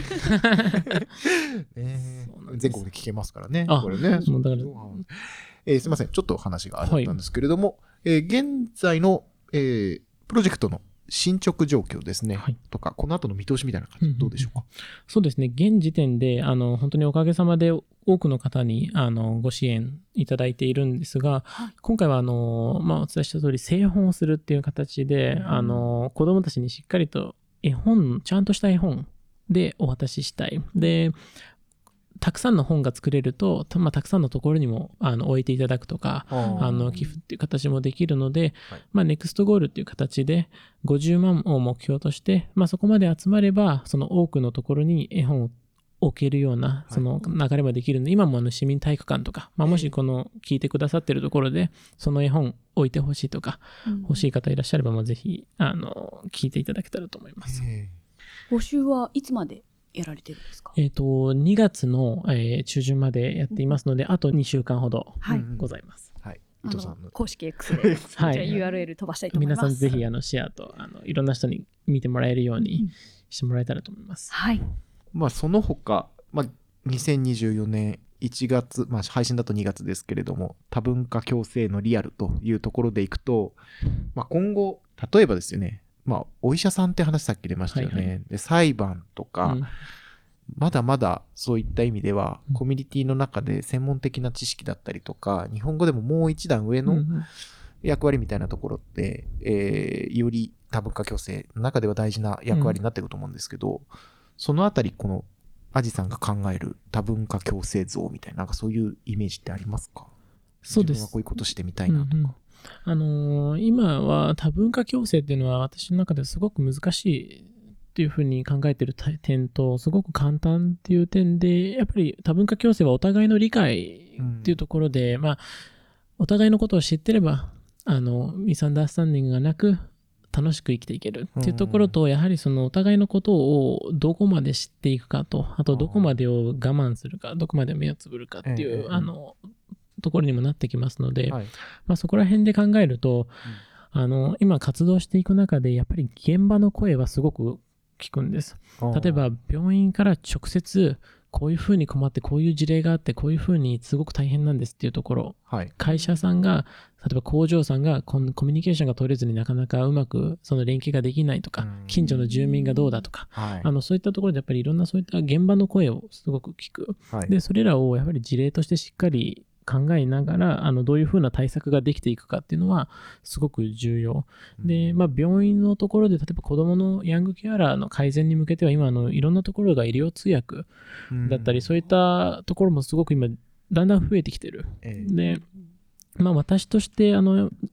ねそうなんです全国で聞けますからね。 あこれね。 もうだからえーすみません。ちょっと話があったんですけれども、えー現在の、えープロジェクトの進捗状況ですね。 はいとか、この後の見通しみたいな感じ、どうでしょうか。 そうですね、現時点であの本当におかげさまで多くの方にあのご支援いただいているんですが、今回はあの、まあ、お伝えした通り製本をするっていう形で、あの子どもたちにしっかりと絵本、ちゃんとした絵本でお渡ししたい。でたくさんの本が作れると、た,、まあ、たくさんのところにもあの置いていただくとか、あの寄付っていう形もできるので、 はいまあ、ネクストゴールっていう形でごじゅうまんを目標として、まあ、そこまで集まればその多くのところに絵本を置けるようなその流れもできるので、今もあの市民体育館とか、まあ、もしこの聞いてくださってるところでその絵本置いてほしいとか、欲しい方いらっしゃれば、まあぜひあの聞いていただけたらと思います。 え募集はいつまでやられてるんですか？ えっ、とにがつの、えー中旬までやっていますので、あとにしゅうかんほどはい、 うんございます。 ーはい。伊あ藤さんの。 の公式 X で、 はいじゃあ ユーアールエル 飛ばしたいと思います。 皆さんぜひあのシェアとあのいろんな人に見てもらえるようにしてもらえたらと思います。 はい。 まあ、その他、まあ、にせんにじゅうよねんいちがつ、まあ、配信だとにがつですけれども、多文化共生のリアルというところでいくと、まあ、今後、例えばですよね、まあ、お医者さんって話さっき出ましたよね。 はいはで裁判とか、 うんまだまだそういった意味では、 うんコミュニティの中で専門的な知識だったりとか、日本語でももう一段上のうんうん役割みたいなところって、えーより多文化共生の中では大事な役割になっていくと思うんですけど、そのあたり、この、アジさんが考える多文化共生像みたいな、なんかそういうイメージってありますか？ そうです自分はこういうことしてみたいなとか。 うんうんあのー今は多文化共生っていうのは私の中ですごく難しいっていうふうに考えている点と、すごく簡単っていう点で、やっぱり多文化共生はお互いの理解っていうところで、まあお互いのことを知ってればあのミスアンダースタンディングがなく楽しく生きていけるっていうところと、やはりそのお互いのことをどこまで知っていくかと、あとどこまでを我慢するか、どこまで目をつぶるかっていええう、あのところにもなってきますので、 はい。 まあ、そこら辺で考えると、あの今活動していく中でやっぱり現場の声はすごく聞くんです。例えば病院から直接こういうふうに困って、こういう事例があって、こういうふうにすごく大変なんですっていうところ、 はい。 会社さんが、例えば工場さんがコンコミュニケーションが取れずになかなかうまくその連携ができないとか、 うん近所の住民がどうだとか、 はい。 あのそういったところでやっぱりいろんなそういった現場の声をすごく聞く。 はい。 で、それらをやはり事例としてしっかり考えながら、あのどういうふうな対策ができていくかっていうのはすごく重要。で、まあ、病院のところで、例えば子どものヤングケアラーの改善に向けては、今あのいろんなところが医療通訳だったり、そういったところもすごく今、だんだん増えてきてる。 ええで、まあ、私としてあの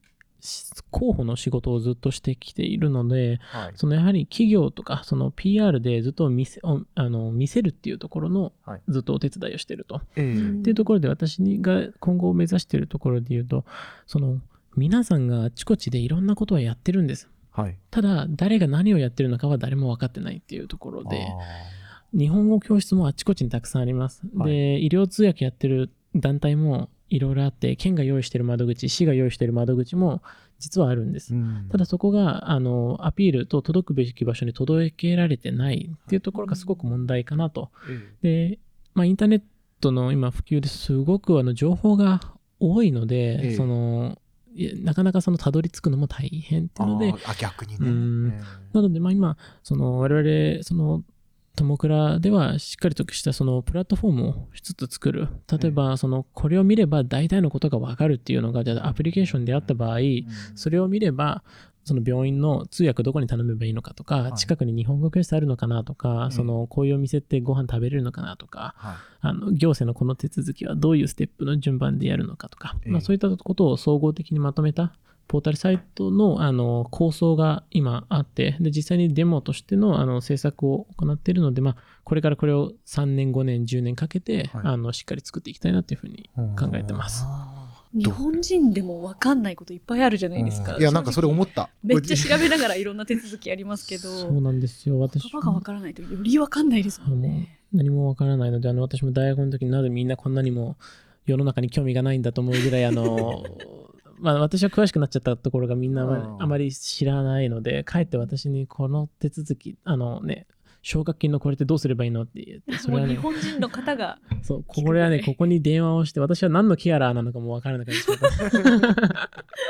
広報の仕事をずっとしてきているので、 はいそのやはり企業とかその ピーアール でずっと見せおあの見せるっていうところのはいずっとお手伝いをしていると。 ええうんっていうところで私が今後目指しているところで言うと、その皆さんがあちこちでいろんなことをやってるんです。 はいただ誰が何をやってるのかは誰も分かってないっていうところで、 あ日本語教室もあちこちにたくさんあります。 はいで、医療通訳やってる団体もいろいろあって、県が用意している窓口、市が用意している窓口も実はあるんです。 ーうんただそこがあのアピールと届くべき場所に届けられてないっていうところがすごく問題かなと。 えで、まあ、インターネットの今普及ですごくあの情報が多いので、 ええそのいやなかなかそのたどり着くのも大変っていうので、 あーあ逆にねうんえなのでまあ今その我々そのトモクラではしっかりとしたそのプラットフォームを一つ作る。例えばそのこれを見れば大体のことがわかるっていうのがじゃあアプリケーションであった場合、 えそれを見ればその病院の通訳どこに頼めばいいのかとか、 はい近くに日本語教室あるのかなとか、 ええそのこういうお店ってご飯食べれるのかなとか、 はいあの行政のこの手続きはどういうステップの順番でやるのかとか、 ええまあ、そういったことを総合的にまとめたポータルサイトの、あの構想が今あって、で実際にデモとしての、あの制作を行っているので、まあ、これからこれをさんねんごねんじゅうねんかけて、 はいあのしっかり作っていきたいなというふうに考えてます。 あ日本人でも分かんないこといっぱいあるじゃないですか。 ーいやなんかそれ思っためっちゃ調べながらいろんな手続きありますけど、 そうなんですよ。私言葉が分からないとより分かんないですもんもうね。 何もわからないので、あの私も大学の時になぜみんなこんなにも世の中に興味がないんだと思うぐらい、あのまあ私は詳しくなっちゃったところがみんなあまりうんあまり知らないので、かえって私にこの手続き、あのね、奨学金のこれってどうすればいいのって言って、それもう日はね、 本人の方がそう、これはね、ここに電話をして、私は何のケアラーなのかもわからなくなっちゃった。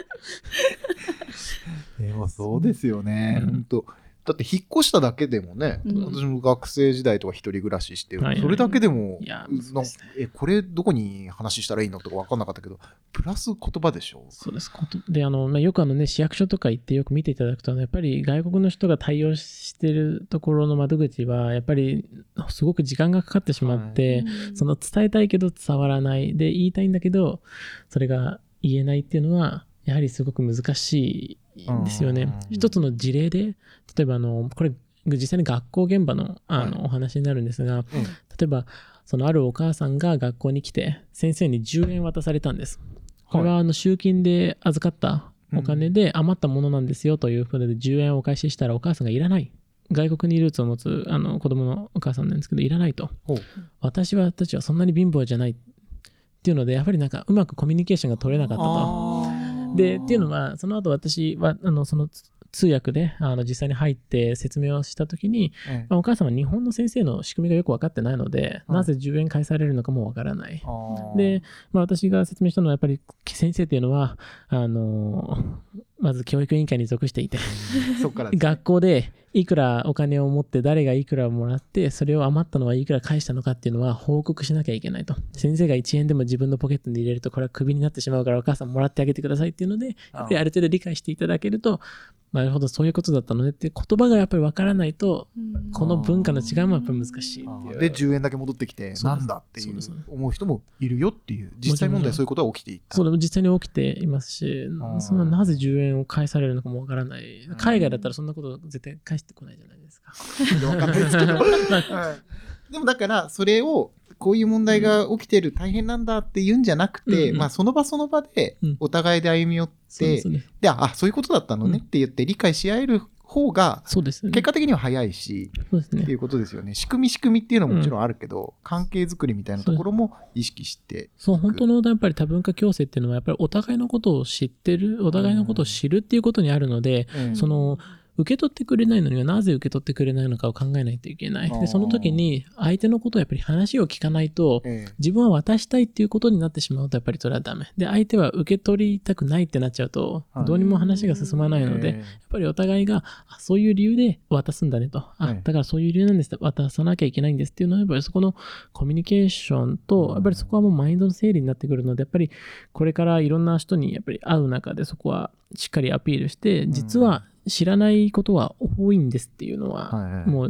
でもそうですよね、 うんほんとだって引っ越しただけでもね、 うん私も学生時代とか一人暮らしして、 はいはいそれだけでも、 いやなそうですねえこれどこに話したらいいのとか分かんなかったけど、プラス言葉でしょ。 そうです。ことで、あの、まあ、よくあのね、市役所とか行ってよく見ていただくと、やっぱり外国の人が対応してるところの窓口は、やっぱりすごく時間がかかってしまって、その伝えたいけど伝わらない。で、言いたいんだけど、それが言えないっていうのは、やはりすごく難しいんですよね。 うん一つの事例で、例えばあの、これ、実際に学校現場のあの、 はいお話になるんですが、 うん例えば、そのあるお母さんが学校に来て、先生にじゅうえん渡されたんです。これはあの集金で預かったお金で余ったものなんですよということでじゅうえんをお返ししたらお母さんがいらない。外国にルーツを持つあの子供のお母さんなんですけど、いらないと。 ほう私はたちはそんなに貧乏じゃないっていうので、やっぱりなんかうまくコミュニケーションが取れなかったと。 あーで、っていうのは、その後私はあのその通訳であの実際に入って説明をしたときに、 ええまあお母さんは日本の先生の仕組みがよく分かってないので、 はいなぜじゅうえん返されるのかも分からない。 あーで、まあ、私が説明したのはやっぱり先生っていうのはあのまず教育委員会に属していてそっからですね学校でいくらお金を持って誰がいくらもらってそれを余ったのはいくら返したのかっていうのは報告しなきゃいけないと。先生がいちえんでも自分のポケットに入れるとこれはクビになってしまうからお母さんもらってあげてくださいっていうので、やっぱりある程度理解していただけると、なるほどそういうことだったのねって言葉がやっぱり分からないと、この文化の違いもやっぱり難しいっていう。 でじゅうえんだけ戻ってきてそうですなんだっていうそうです思う人もいるよっていう、実際問題そういうことが起きていった。 そうでも実際に起きていますし、 あーそんななぜじゅうえんを返されるのかもわからない。 ん海外だったらそんなこと絶対返してこないじゃないですか。 わかんないですけど、はいでもだからそれをこういう問題が起きてる大変なんだって言うんじゃなくて、 うんうんまあその場その場でうんお互いで歩み寄って、 そうですね。 であそういうことだったのねって言って理解し合える方がそうですね。 結果的には早いし、 そうですね。 っていうことですよね。仕組み仕組みっていうのはもちろんあるけど、関係づくりみたいなところも意識して。 そう、本当のやっぱり多文化共生っていうのは、やっぱりお互いのことを知ってる、お互いのことを知るっていうことにあるので、 うんその、受け取ってくれないのにはなぜ受け取ってくれないのかを考えないといけない。 あーで、その時に相手のことをやっぱり話を聞かないと、 ええ自分は渡したいっていうことになってしまうとやっぱりそれはダメ。で、相手は受け取りたくないってなっちゃうとはい、 どうにも話が進まないので、 えやっぱりお互いが、あそういう理由で渡すんだねと。あ、 はいだからそういう理由なんです。渡さなきゃいけないんですっていうのは、やっぱりそこのコミュニケーションと、やっぱりそこはもうマインドの整理になってくるので、やっぱりこれからいろんな人にやっぱり会う中でそこはしっかりアピールして、実は知らないことは多いんですっていうのは、 はいはいもう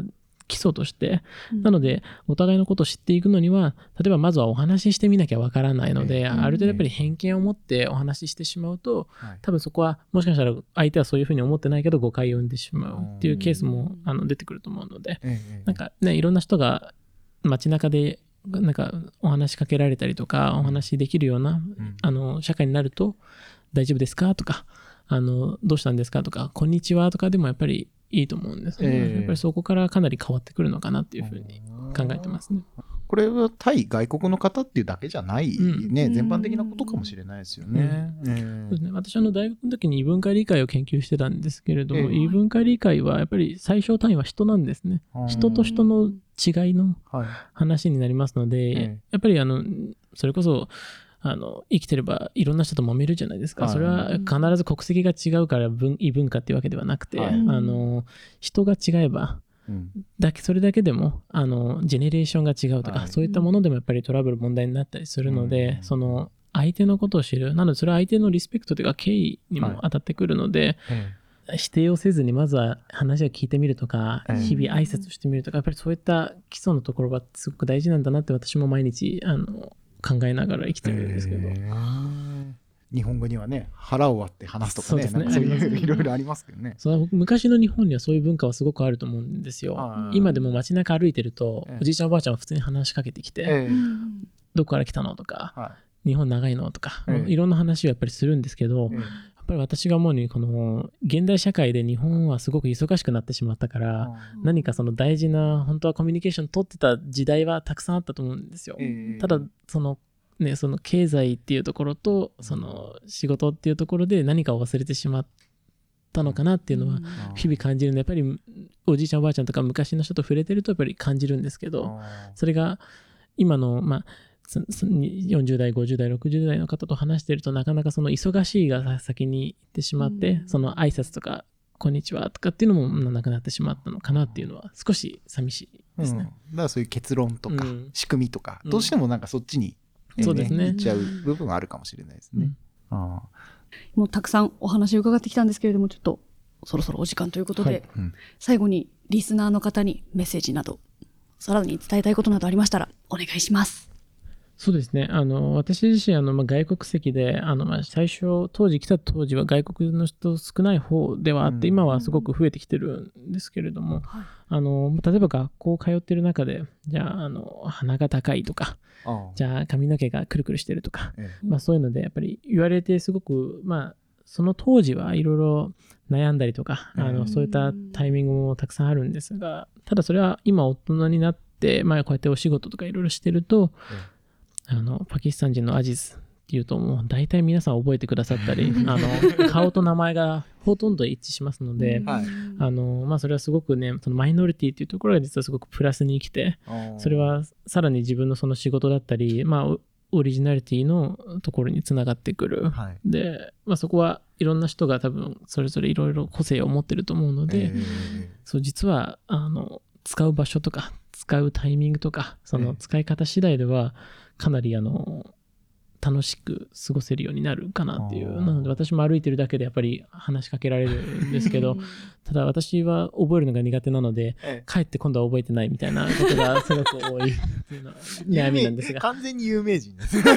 基礎として、 うんなのでお互いのことを知っていくのには、例えばまずはお話ししてみなきゃわからないので、 ええある程度やっぱり偏見を持ってお話ししてしまうと、 はい多分そこはもしかしたら相手はそういうふうに思ってないけど誤解を生んでしまうっていうケースもあの出てくると思うので、 ええなんかね、いろんな人が街中でなんかお話しかけられたりとかお話しできるような、 うんあの社会になると、大丈夫ですかとか、あのどうしたんですかとか、こんにちはとかでもやっぱりいいと思うんですね、 ええやっぱりそこからかなり変わってくるのかなっていうふうに考えてますね。 これは対外国の方っていうだけじゃないね、 うん全般的なことかもしれないですよね。ええそうですね、私あの大学の時に異文化理解を研究してたんですけれども、 ええ異文化理解はやっぱり最小単位は人なんですね。人と人の違いのはい話になりますので、 ええやっぱりあのそれこそあの生きてればいろんな人と揉めるじゃないですか、 はいそれは必ず国籍が違うから文異文化っていうわけではなくて、 はいあの人が違えばうんだけそれだけでもあのジェネレーションが違うとか、 はいそういったものでもやっぱりトラブル問題になったりするので、 うんその相手のことを知る、なのでそれは相手のリスペクトというか敬意にも当たってくるので、 え否定をせずにまずは話を聞いてみるとか、 ええ日々挨拶をしてみるとか、やっぱりそういった基礎のところはすごく大事なんだなって私も毎日あの考えながら生きてえるんですけど、 ええ日本語にはね、腹を割って話すとかね、 そうですねなんかそういうありますねいろいろありますけどね。 その昔の日本にはそういう文化はすごくあると思うんですよは。い今でも街中歩いてると、 ええおじいちゃんおばあちゃんは普通に話しかけてきて、 ええどこから来たのとか、 は日本長いのとか、 ええいろんな話をやっぱりするんですけど、 いええやっぱり私が思うにこの現代社会で日本はすごく忙しくなってしまったから、何かその大事な本当はコミュニケーション取ってた時代はたくさんあったと思うんですよ。 ええただそのねその経済っていうところとその仕事っていうところで何かを忘れてしまったのかなっていうのは日々感じるので、やっぱりおじいちゃんおばあちゃんとか昔の人と触れてるとやっぱり感じるんですけど、それが今のまあそそよんじゅう代ごじゅう代ろくじゅう代の方と話してるとなかなかその忙しいが先に行ってしまって、 うんその挨拶とかこんにちはとかっていうのもなくなってしまったのかなっていうのは少し寂しいですね。 うんだからそういう結論とかうん仕組みとか、 うんどうしてもなんかそっちに、えーそうですね行っちゃう部分はあるかもしれないですね。あもうたくさんお話を伺ってきたんですけれども、ちょっとそろそろお時間ということで、 はいうん最後にリスナーの方にメッセージなど、さらに伝えたいことなどありましたらお願いします。 そうですね。あの、私自身、あの、まあ、外国籍で、あの、まあ、最初、当時来た当時は外国の人少ない方ではあって、 うん今はすごく増えてきてるんですけれども、 はいあの、例えば学校通ってる中で、じゃあ、あの、鼻が高いとか、 あじゃあ髪の毛がくるくるしてるとか、 えまあ、そういうので、やっぱり言われてすごく、まあ、その当時はいろいろ悩んだりとか、あの、 うんそういったタイミングもたくさんあるんですが、ただそれは今大人になって、まあ、こうやってお仕事とかいろいろしてると、あの、パキスタン人のアジズっていうと、もう大体皆さん覚えてくださったり、あの、顔と名前がほとんど一致しますので、 はいあの、まあ、それはすごくね、そのマイノリティっていうところが実はすごくプラスに生きて、 えそれはさらに自分のその仕事だったり、まあ、オオリジナリティのところにつながってくる。 はいで、まあ、そこはいろんな人が多分それぞれいろいろ個性を持ってると思うので、 えそう実はあの使う場所とか使うタイミングとかそええの使い方次第ではかなりあの楽しく過ごせるようになるかなっていう。 あーなので私も歩いてるだけでやっぱり話しかけられるんですけど、ただ私は覚えるのが苦手なので、 え帰って今度は覚えてないみたいなことがすごく多いっていうのは悩みなんですが。 完全に有名人です。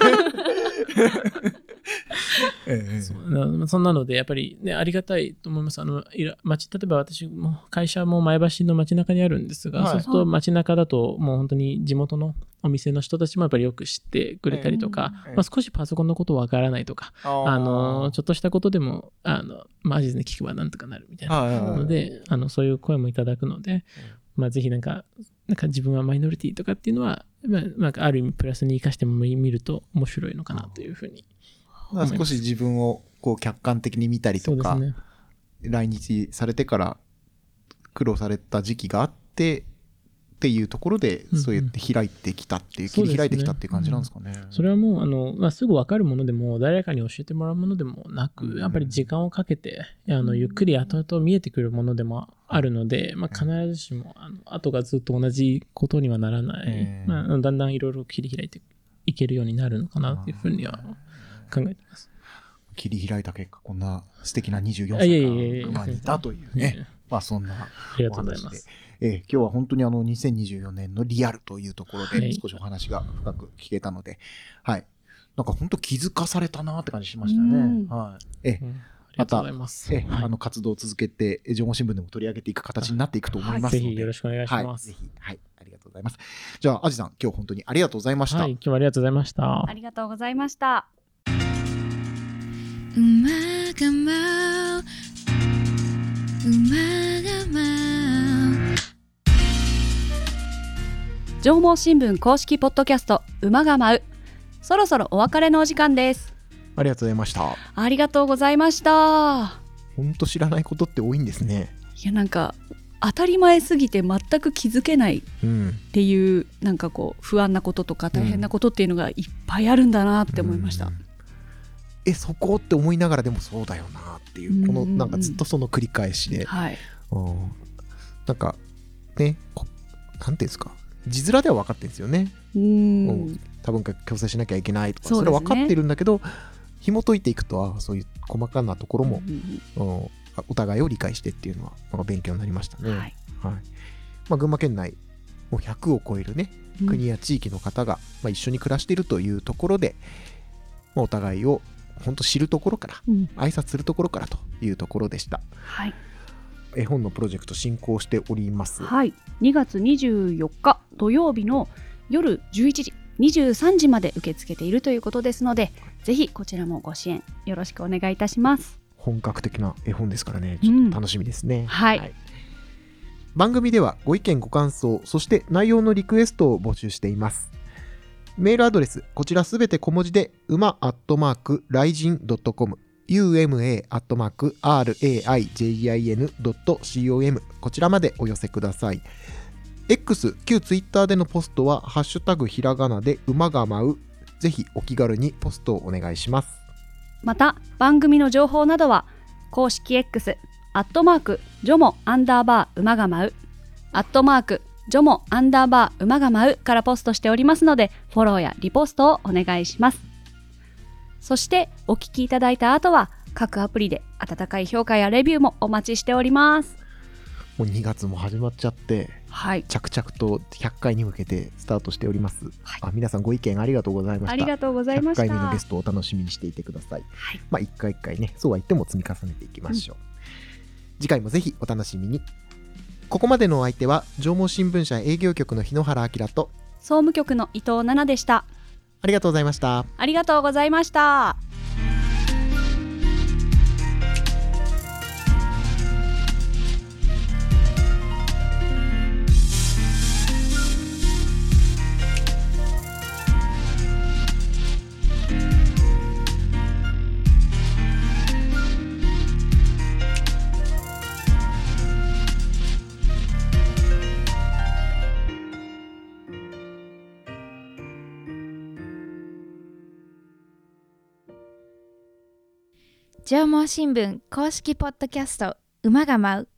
ええそうなそんなのでやっぱりねありがたいと思います。あのいら町例えば私も会社も前橋の街中にあるんですが、 はいそうすると街中だともう本当に地元のお店の人たちもやっぱりよく知ってくれたりとか、 ええまあ、少しパソコンのことわからないとか、 あーあのちょっとしたことでもあのマジで聞けばなんとかなるみたいなはいはいはいので、あのそういう声もいただくので、まあ、ぜひなんかなんか自分はマイノリティとかっていうのは、まあ、なんかある意味プラスに生かしても見ると面白いのかなというふうに。 だから少し自分をこう客観的に見たりとか、 そうですね。 来日されてから苦労された時期があってっていうところで、 うんうんそうやって開いてきたっていう、 そうですね切り開いてきたっていう感じなんですかね。 それはもうあの、まあ、すぐ分かるものでも誰かに教えてもらうものでもなく、 うんやっぱり時間をかけてあのゆっくり後々見えてくるものでもあるので、まあ、必ずしもあの後がずっと同じことにはならない、 ええまあ、だんだんいろいろ切り開いていけるようになるのかなというふうには考えてます。 切り開いた結果、こんな素敵なにじゅうよんあいえい歳えいえが今にいたというね。まあそんなありがとうございます。 えー今日は本当にあのにせんにじゅうよねんのリアルというところはいで少しお話が深く聞けたので、はい、なんか本当気づかされたなって感じしましたね。 うんはい、えうんありがとうございます。 えはいあの活動を続けて情報新聞でも取り上げていく形になっていくと思いますので、 ぜひよろしくお願いしはい、 ます。 ぜひ、はい、ありがとうございます。じゃあアジさん、今日本当にありがとうございました。 はい、今日はありがとうございました。 ありがとうございました。 馬が舞う馬が舞う上毛新聞公式ポッドキャスト馬が舞う、そろそろお別れのお時間です。 ありがとうございました。 ありがとうございました。 本当知らないことって多いんですね。 いや、なんか当たり前すぎて全く気づけないっうん。 ていう、なんかこう不安なこととか大変なことっていうのがいっぱいあるんだなって思いました。 うんえそこって思いながらでもそうだよなっていう、このうんうんうんなんかずっとその繰り返しで、 はい。 うんなんかねこなんていうんですか、字面では分かってるんですよね。 うーんうん多分強制しなきゃいけないとかそ,、 そうですねれは分かってるんだけど、紐解いていくとあそういう細かなところも、 うんうんうんあお互いを理解してっていうのはなんか勉強になりましたね。 うんはいはい。 まあ、群馬県内もうひゃくを超えるねうん国や地域の方が、まあ、一緒に暮らしているというところで、まあ、お互いを本当知るところからうん挨拶するところからというところでした。 はい。 絵本のプロジェクト進行しております。 はい、にがつにじゅうよっか土曜日の夜じゅういちじ、にじゅうさんじまで受け付けているということですので、ぜひこちらもご支援よろしくお願いいたします。 本格的な絵本ですからね、ちょっと楽しみですね。 んはい番組ではご意見ご感想、そして内容のリクエストを募集しています。メールアドレス、こちらすべて小文字で、馬アットマークライジンドットコム、ユーエムエーアットマークライジンドットコム、こちらまでお寄せください。X、旧 Twitter でのポストは、ハッシュタグひらがなで馬が舞う。ぜひお気軽にポストをお願いします。 また番組の情報などは公式 X アットマークジョモアンダーバー馬が舞うアットマークジョモアンダーバー馬が舞うからポストしておりますので、フォローやリポストをお願いします。そしてお聞きいただいた後は各アプリで温かい評価やレビューもお待ちしております。 もうにがつも始まっちゃって、 はい、 着々とひゃっかいに向けてスタートしております。 はいあ皆さんご意見ありがとうございました。 ありがとうございました。 ひゃっかいめのゲストをお楽しみにしていてください。 はいまあ一回一回ね、そうは言っても積み重ねていきましょう。次回もぜひお楽しみに。ここまでのお相手は上毛新聞社営業局の日野原明と、 総務局の伊藤奈々でした。 ありがとうございました。 ありがとうございました。 上毛新聞公式ポッドキャスト馬が舞う。